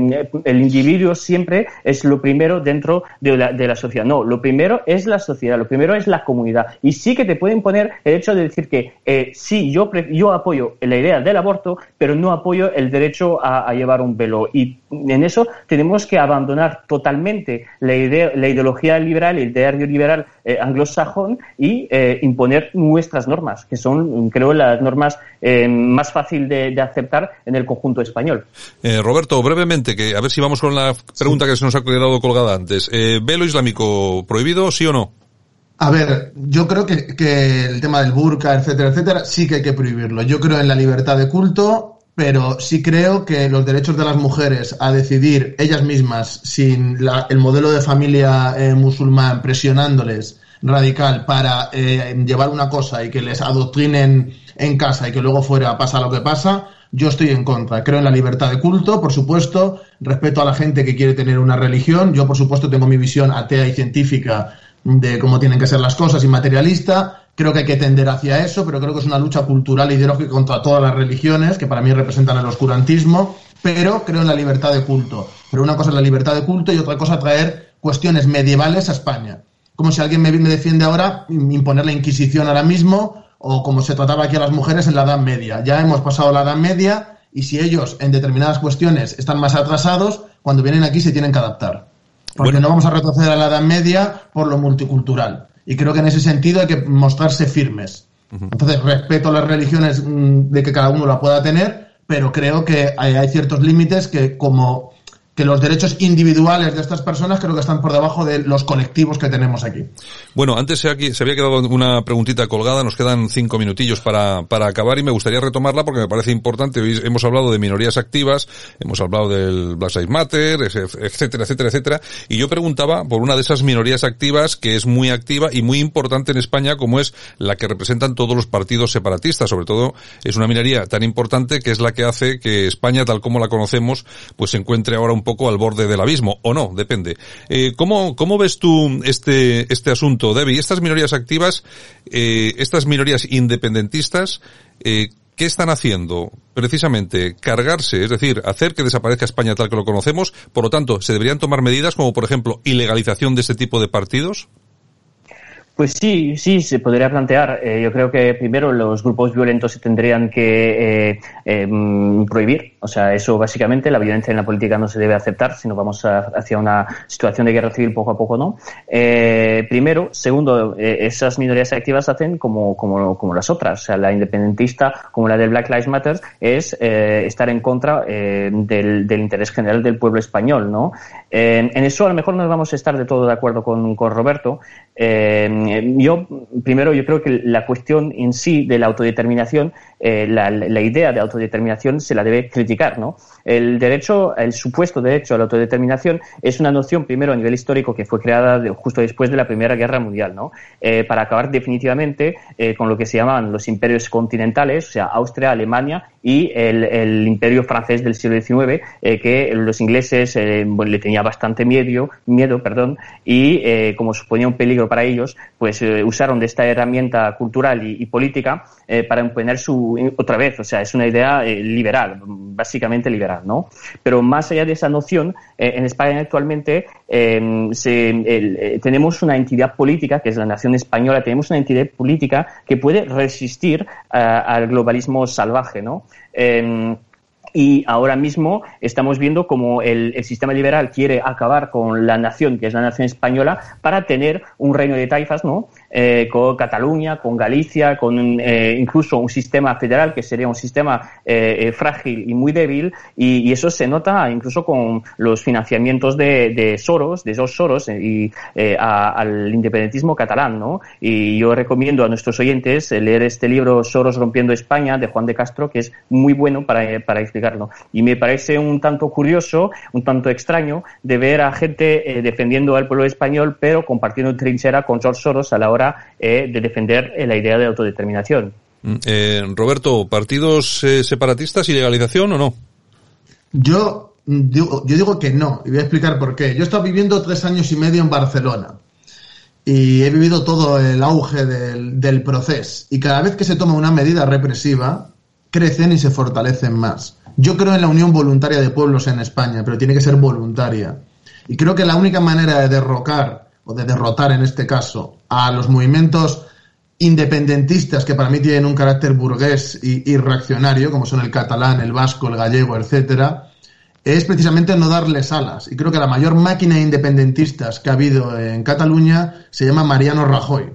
el individuo siempre es lo primero dentro de la sociedad. No, lo primero es la sociedad, lo primero es la comunidad. Y sí que te pueden poner el hecho de decir que sí, yo apoyo la idea del aborto, pero no apoyo el derecho a llevar un velo. Y en eso tenemos que abandonar totalmente la ideología liberal, el ideario liberal anglosajón, y imponer nuestras normas, que son, creo, las normas más fácil de aceptar en el conjunto español. Roberto, brevemente, que a ver si vamos con la pregunta que se nos ha quedado colgada antes. ¿Velo islámico prohibido, sí o no? A ver, yo creo que el tema del burka, etcétera, sí que hay que prohibirlo. Yo creo en la libertad de culto, pero sí creo que los derechos de las mujeres a decidir ellas mismas, sin el modelo de familia musulmán presionándoles radical para llevar una cosa y que les adoctrinen en casa y que luego fuera pasa lo que pasa, yo estoy en contra. Creo en la libertad de culto, por supuesto, respeto a la gente que quiere tener una religión. Yo, por supuesto, tengo mi visión atea y científica de cómo tienen que ser las cosas y materialista. Creo que hay que tender hacia eso, pero creo que es una lucha cultural e ideológica contra todas las religiones, que para mí representan el oscurantismo, pero creo en la libertad de culto. Pero una cosa es la libertad de culto y otra cosa traer cuestiones medievales a España. Como si alguien me defiende ahora imponer la Inquisición ahora mismo, o como se trataba aquí a las mujeres en la Edad Media. Ya hemos pasado la Edad Media, y si ellos en determinadas cuestiones están más atrasados, cuando vienen aquí se tienen que adaptar. Porque no vamos a retroceder a la Edad Media por lo multicultural. Y creo que en ese sentido hay que mostrarse firmes. Entonces, respeto las religiones de que cada uno la pueda tener, pero creo que hay ciertos límites que los derechos individuales de estas personas creo que están por debajo de los colectivos que tenemos aquí. Bueno, antes se había quedado una preguntita colgada, nos quedan 5 minutillos para acabar, y me gustaría retomarla porque me parece importante. Hoy hemos hablado de minorías activas, hemos hablado del Black Lives Matter, etcétera, y yo preguntaba por una de esas minorías activas que es muy activa y muy importante en España, como es la que representan todos los partidos separatistas. Sobre todo es una minoría tan importante que es la que hace que España, tal como la conocemos, pues se encuentre ahora un poco al borde del abismo, o no, depende. ¿Cómo ves tú este asunto, Debbie? Estas minorías activas, estas minorías independentistas, ¿qué están haciendo? Precisamente cargarse, es decir, hacer que desaparezca España tal que lo conocemos. Por lo tanto, ¿se deberían tomar medidas como, por ejemplo, ilegalización de este tipo de partidos? Pues sí, se podría plantear. Yo creo que primero los grupos violentos se tendrían que prohibir. O sea, eso básicamente, la violencia en la política no se debe aceptar, sino vamos hacia una situación de guerra civil poco a poco, ¿no? Primero. Segundo, esas minorías activas hacen como las otras. O sea, la independentista, como la del Black Lives Matter, es estar en contra del interés general del pueblo español, ¿no? En eso a lo mejor no vamos a estar de todo de acuerdo con Roberto. Yo creo que la cuestión en sí de la autodeterminación, la idea de autodeterminación se la debe criticar, ¿no? El supuesto derecho a la autodeterminación es una noción, primero, a nivel histórico, que fue creada justo después de la Primera Guerra Mundial, ¿no? Para acabar definitivamente con lo que se llaman los imperios continentales, o sea, Austria, Alemania y el imperio francés del siglo XIX, que los ingleses le tenía bastante miedo, y como suponía un peligro para ellos, pues usaron de esta herramienta cultural y política para imponer otra vez, o sea, es una idea liberal, básicamente liberal, ¿no? Pero más allá de esa noción, en España actualmente tenemos una entidad política, que es la nación española, tenemos una entidad política que puede resistir al globalismo salvaje, ¿no? Y ahora mismo estamos viendo como el sistema liberal quiere acabar con la nación, que es la nación española, para tener un reino de taifas, ¿no? Con Cataluña, con Galicia, con incluso un sistema federal que sería un sistema frágil y muy débil, y eso se nota incluso con los financiamientos de Soros, de George Soros, y al independentismo catalán, ¿no? Y yo recomiendo a nuestros oyentes leer este libro Soros rompiendo España, de Juan de Castro, que es muy bueno para explicarlo. Y me parece un tanto curioso, un tanto extraño, de ver a gente defendiendo al pueblo español, pero compartiendo trinchera con George Soros a la hora de defender la idea de autodeterminación. Roberto, ¿partidos separatistas y legalización o no? Yo digo que no, y voy a explicar por qué. Yo he estado viviendo 3 años y medio en Barcelona y he vivido todo el auge del proceso, y cada vez que se toma una medida represiva crecen y se fortalecen más. Yo creo en la unión voluntaria de pueblos en España, pero tiene que ser voluntaria. Y creo que la única manera de derrocar, o de derrotar en este caso, a los movimientos independentistas que para mí tienen un carácter burgués y reaccionario, como son el catalán, el vasco, el gallego, etcétera, es precisamente no darles alas. Y creo que la mayor máquina de independentistas que ha habido en Cataluña se llama Mariano Rajoy.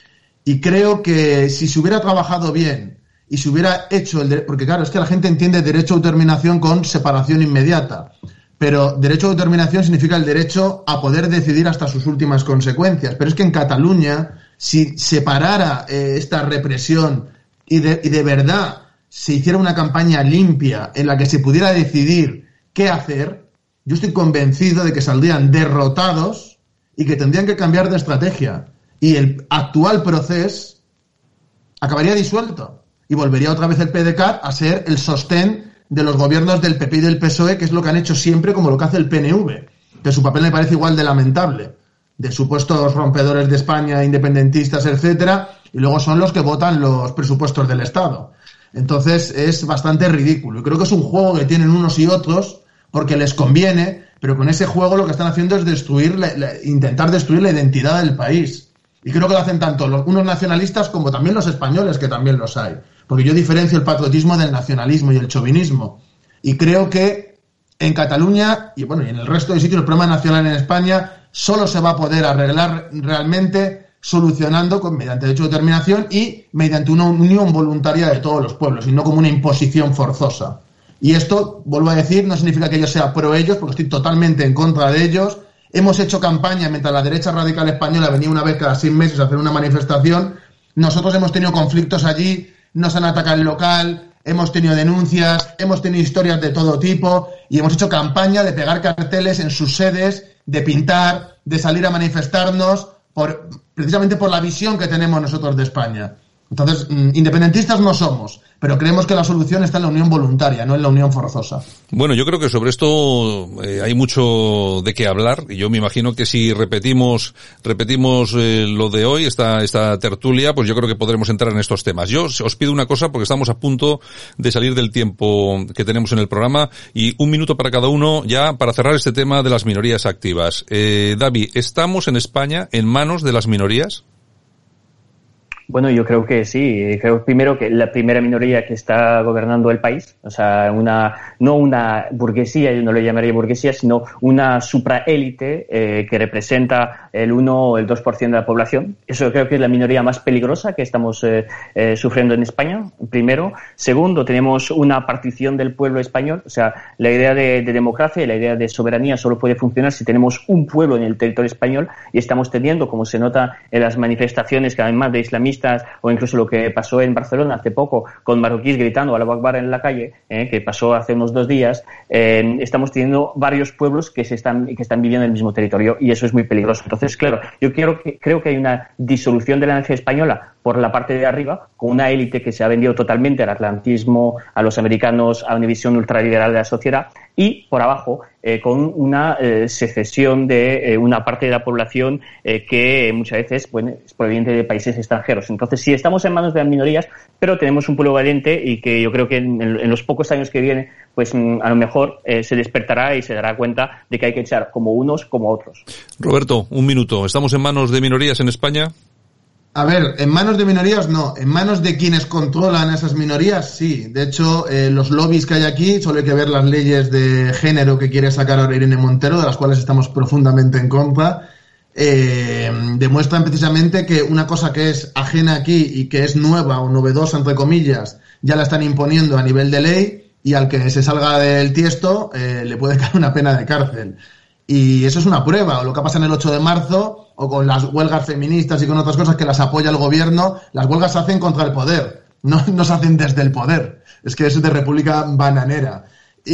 Y creo que si se hubiera trabajado bien y se hubiera hecho porque claro, es que la gente entiende derecho a autodeterminación con separación inmediata, pero derecho a autodeterminación significa el derecho a poder decidir hasta sus últimas consecuencias. Pero es que en Cataluña, si se parara esta represión y de verdad se hiciera una campaña limpia en la que se pudiera decidir qué hacer, yo estoy convencido de que saldrían derrotados y que tendrían que cambiar de estrategia. Y el actual proceso acabaría disuelto. Y volvería otra vez el PDeCAT a ser el sostén de los gobiernos del PP y del PSOE, que es lo que han hecho siempre, como lo que hace el PNV, que su papel me parece igual de lamentable, de supuestos rompedores de España, independentistas, etcétera, y luego son los que votan los presupuestos del Estado. Entonces es bastante ridículo. Y creo que es un juego que tienen unos y otros porque les conviene, pero con ese juego lo que están haciendo es intentar destruir la identidad del país. Y creo que lo hacen tanto unos nacionalistas como también los españoles, que también los hay. Porque yo diferencio el patriotismo del nacionalismo y el chauvinismo. Y creo que en Cataluña y en el resto de sitios el problema nacional en España solo se va a poder arreglar realmente solucionando mediante derecho de determinación y mediante una unión voluntaria de todos los pueblos, y no como una imposición forzosa. Y esto, vuelvo a decir, no significa que yo sea pro ellos, porque estoy totalmente en contra de ellos. Hemos hecho campaña mientras la derecha radical española venía una vez cada 6 meses a hacer una manifestación. Nosotros hemos tenido conflictos allí, nos han atacado el local, hemos tenido denuncias, hemos tenido historias de todo tipo y hemos hecho campaña de pegar carteles en sus sedes, de pintar, de salir a manifestarnos precisamente por la visión que tenemos nosotros de España. Entonces, independentistas no somos, pero creemos que la solución está en la unión voluntaria, no en la unión forzosa. Bueno, yo creo que sobre esto hay mucho de qué hablar, y yo me imagino que si repetimos lo de hoy, esta tertulia, pues yo creo que podremos entrar en estos temas. Yo os pido una cosa, porque estamos a punto de salir del tiempo que tenemos en el programa, y 1 minuto para cada uno ya para cerrar este tema de las minorías activas. David, ¿estamos en España en manos de las minorías? Bueno, yo creo que sí. Creo primero que la primera minoría que está gobernando el país, o sea, no una burguesía, yo no le llamaría burguesía, sino una supraélite que representa el 1 o el 2% de la población. Eso creo que es la minoría más peligrosa que estamos sufriendo en España, primero. Segundo, tenemos una partición del pueblo español, o sea, la idea de democracia y la idea de soberanía solo puede funcionar si tenemos un pueblo en el territorio español, y estamos teniendo, como se nota en las manifestaciones cada vez más de islamistas, o incluso lo que pasó en Barcelona hace poco con marroquíes gritando Allahu Akbar en la calle, que pasó hace unos 2 días, estamos teniendo varios pueblos que están viviendo en el mismo territorio, y eso es muy peligroso. Entonces, claro, yo creo que hay una disolución de la nación española por la parte de arriba, con una élite que se ha vendido totalmente al atlantismo, a los americanos, a una visión ultraliberal de la sociedad, y por abajo con una secesión de una parte de la población que muchas veces es proveniente de países extranjeros. Entonces sí, estamos en manos de las minorías, pero tenemos un pueblo valiente, y que yo creo que en los pocos años que vienen, pues a lo mejor se despertará y se dará cuenta de que hay que echar como unos como otros. Roberto, 1 minuto. ¿Estamos en manos de minorías en España? A ver, en manos de minorías no, en manos de quienes controlan esas minorías sí. De hecho, los lobbies que hay aquí, solo hay que ver las leyes de género que quiere sacar ahora Irene Montero, de las cuales estamos profundamente en contra, demuestran precisamente que una cosa que es ajena aquí y que es nueva o novedosa, entre comillas, ya la están imponiendo a nivel de ley, y al que se salga del tiesto le puede caer una pena de cárcel. Y eso es una prueba, o lo que pasa en el 8 de marzo, o con las huelgas feministas y con otras cosas que las apoya el gobierno. Las huelgas se hacen contra el poder, no se hacen desde el poder. Es que eso es de república bananera.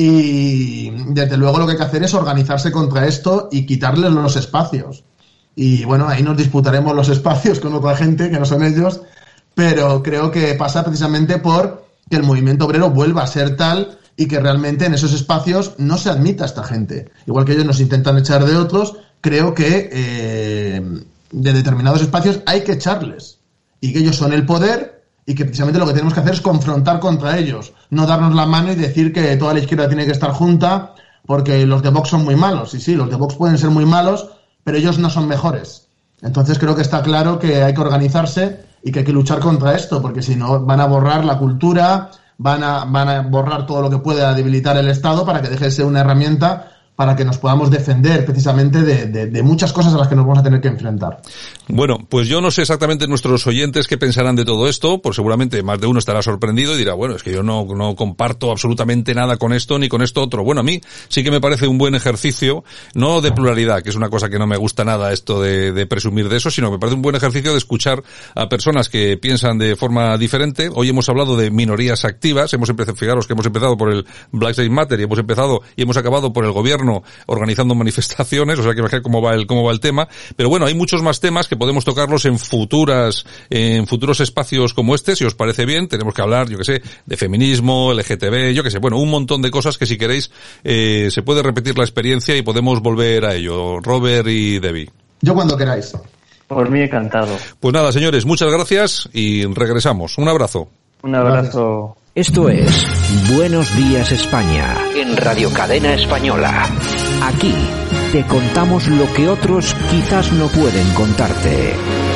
Y desde luego lo que hay que hacer es organizarse contra esto y quitarles los espacios. Y bueno, ahí nos disputaremos los espacios con otra gente que no son ellos, pero creo que pasa precisamente por que el movimiento obrero vuelva a ser tal y que realmente en esos espacios no se admita a esta gente. Igual que ellos nos intentan echar de otros, creo que de determinados espacios hay que echarles. Y que ellos son el poder y que precisamente lo que tenemos que hacer es confrontar contra ellos. No darnos la mano y decir que toda la izquierda tiene que estar junta porque los de Vox son muy malos. Y sí, los de Vox pueden ser muy malos, pero ellos no son mejores. Entonces creo que está claro que hay que organizarse y que hay que luchar contra esto, porque si no van a borrar la cultura, van a borrar todo lo que pueda debilitar el Estado para que deje de ser una herramienta para que nos podamos defender precisamente de muchas cosas a las que nos vamos a tener que enfrentar. Bueno, pues yo no sé exactamente nuestros oyentes qué pensarán de todo esto, pues seguramente más de uno estará sorprendido y dirá, bueno, es que yo no comparto absolutamente nada con esto ni con esto otro. Bueno, a mí sí que me parece un buen ejercicio, no de pluralidad, que es una cosa que no me gusta nada esto de presumir de eso, sino me parece un buen ejercicio de escuchar a personas que piensan de forma diferente. Hoy hemos hablado de minorías activas, fijaros que hemos empezado por el Black Lives Matter y hemos acabado por el gobierno organizando manifestaciones, o sea que imagínate cómo va el tema, pero bueno, hay muchos más temas que podemos tocarlos en futuros espacios como este, si os parece bien. Tenemos que hablar, yo que sé, de feminismo, LGTB, yo que sé, bueno, un montón de cosas que si queréis se puede repetir la experiencia y podemos volver a ello. Robert y Debbie. Yo cuando queráis. Por mí encantado. Pues nada, señores, muchas gracias y regresamos. Un abrazo. Un abrazo. Gracias. Esto es Buenos Días España. En Radio Cadena Española. Aquí te contamos lo que otros quizás no pueden contarte.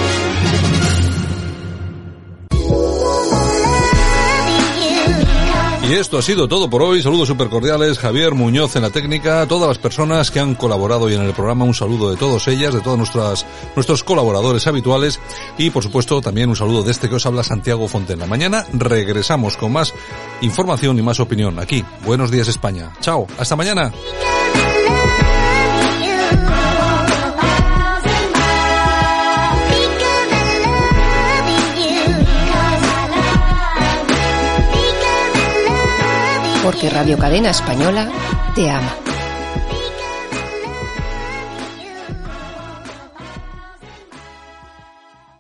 Y esto ha sido todo por hoy. Saludos súper cordiales. Javier Muñoz en la técnica. Todas las personas que han colaborado hoy en el programa, un saludo de todas ellas, de todos nuestros colaboradores habituales. Y por supuesto también un saludo de este que os habla Santiago Fontena. Mañana regresamos con más información y más opinión aquí. Buenos Días España. Chao. Hasta mañana. Porque Radio Cadena Española te ama.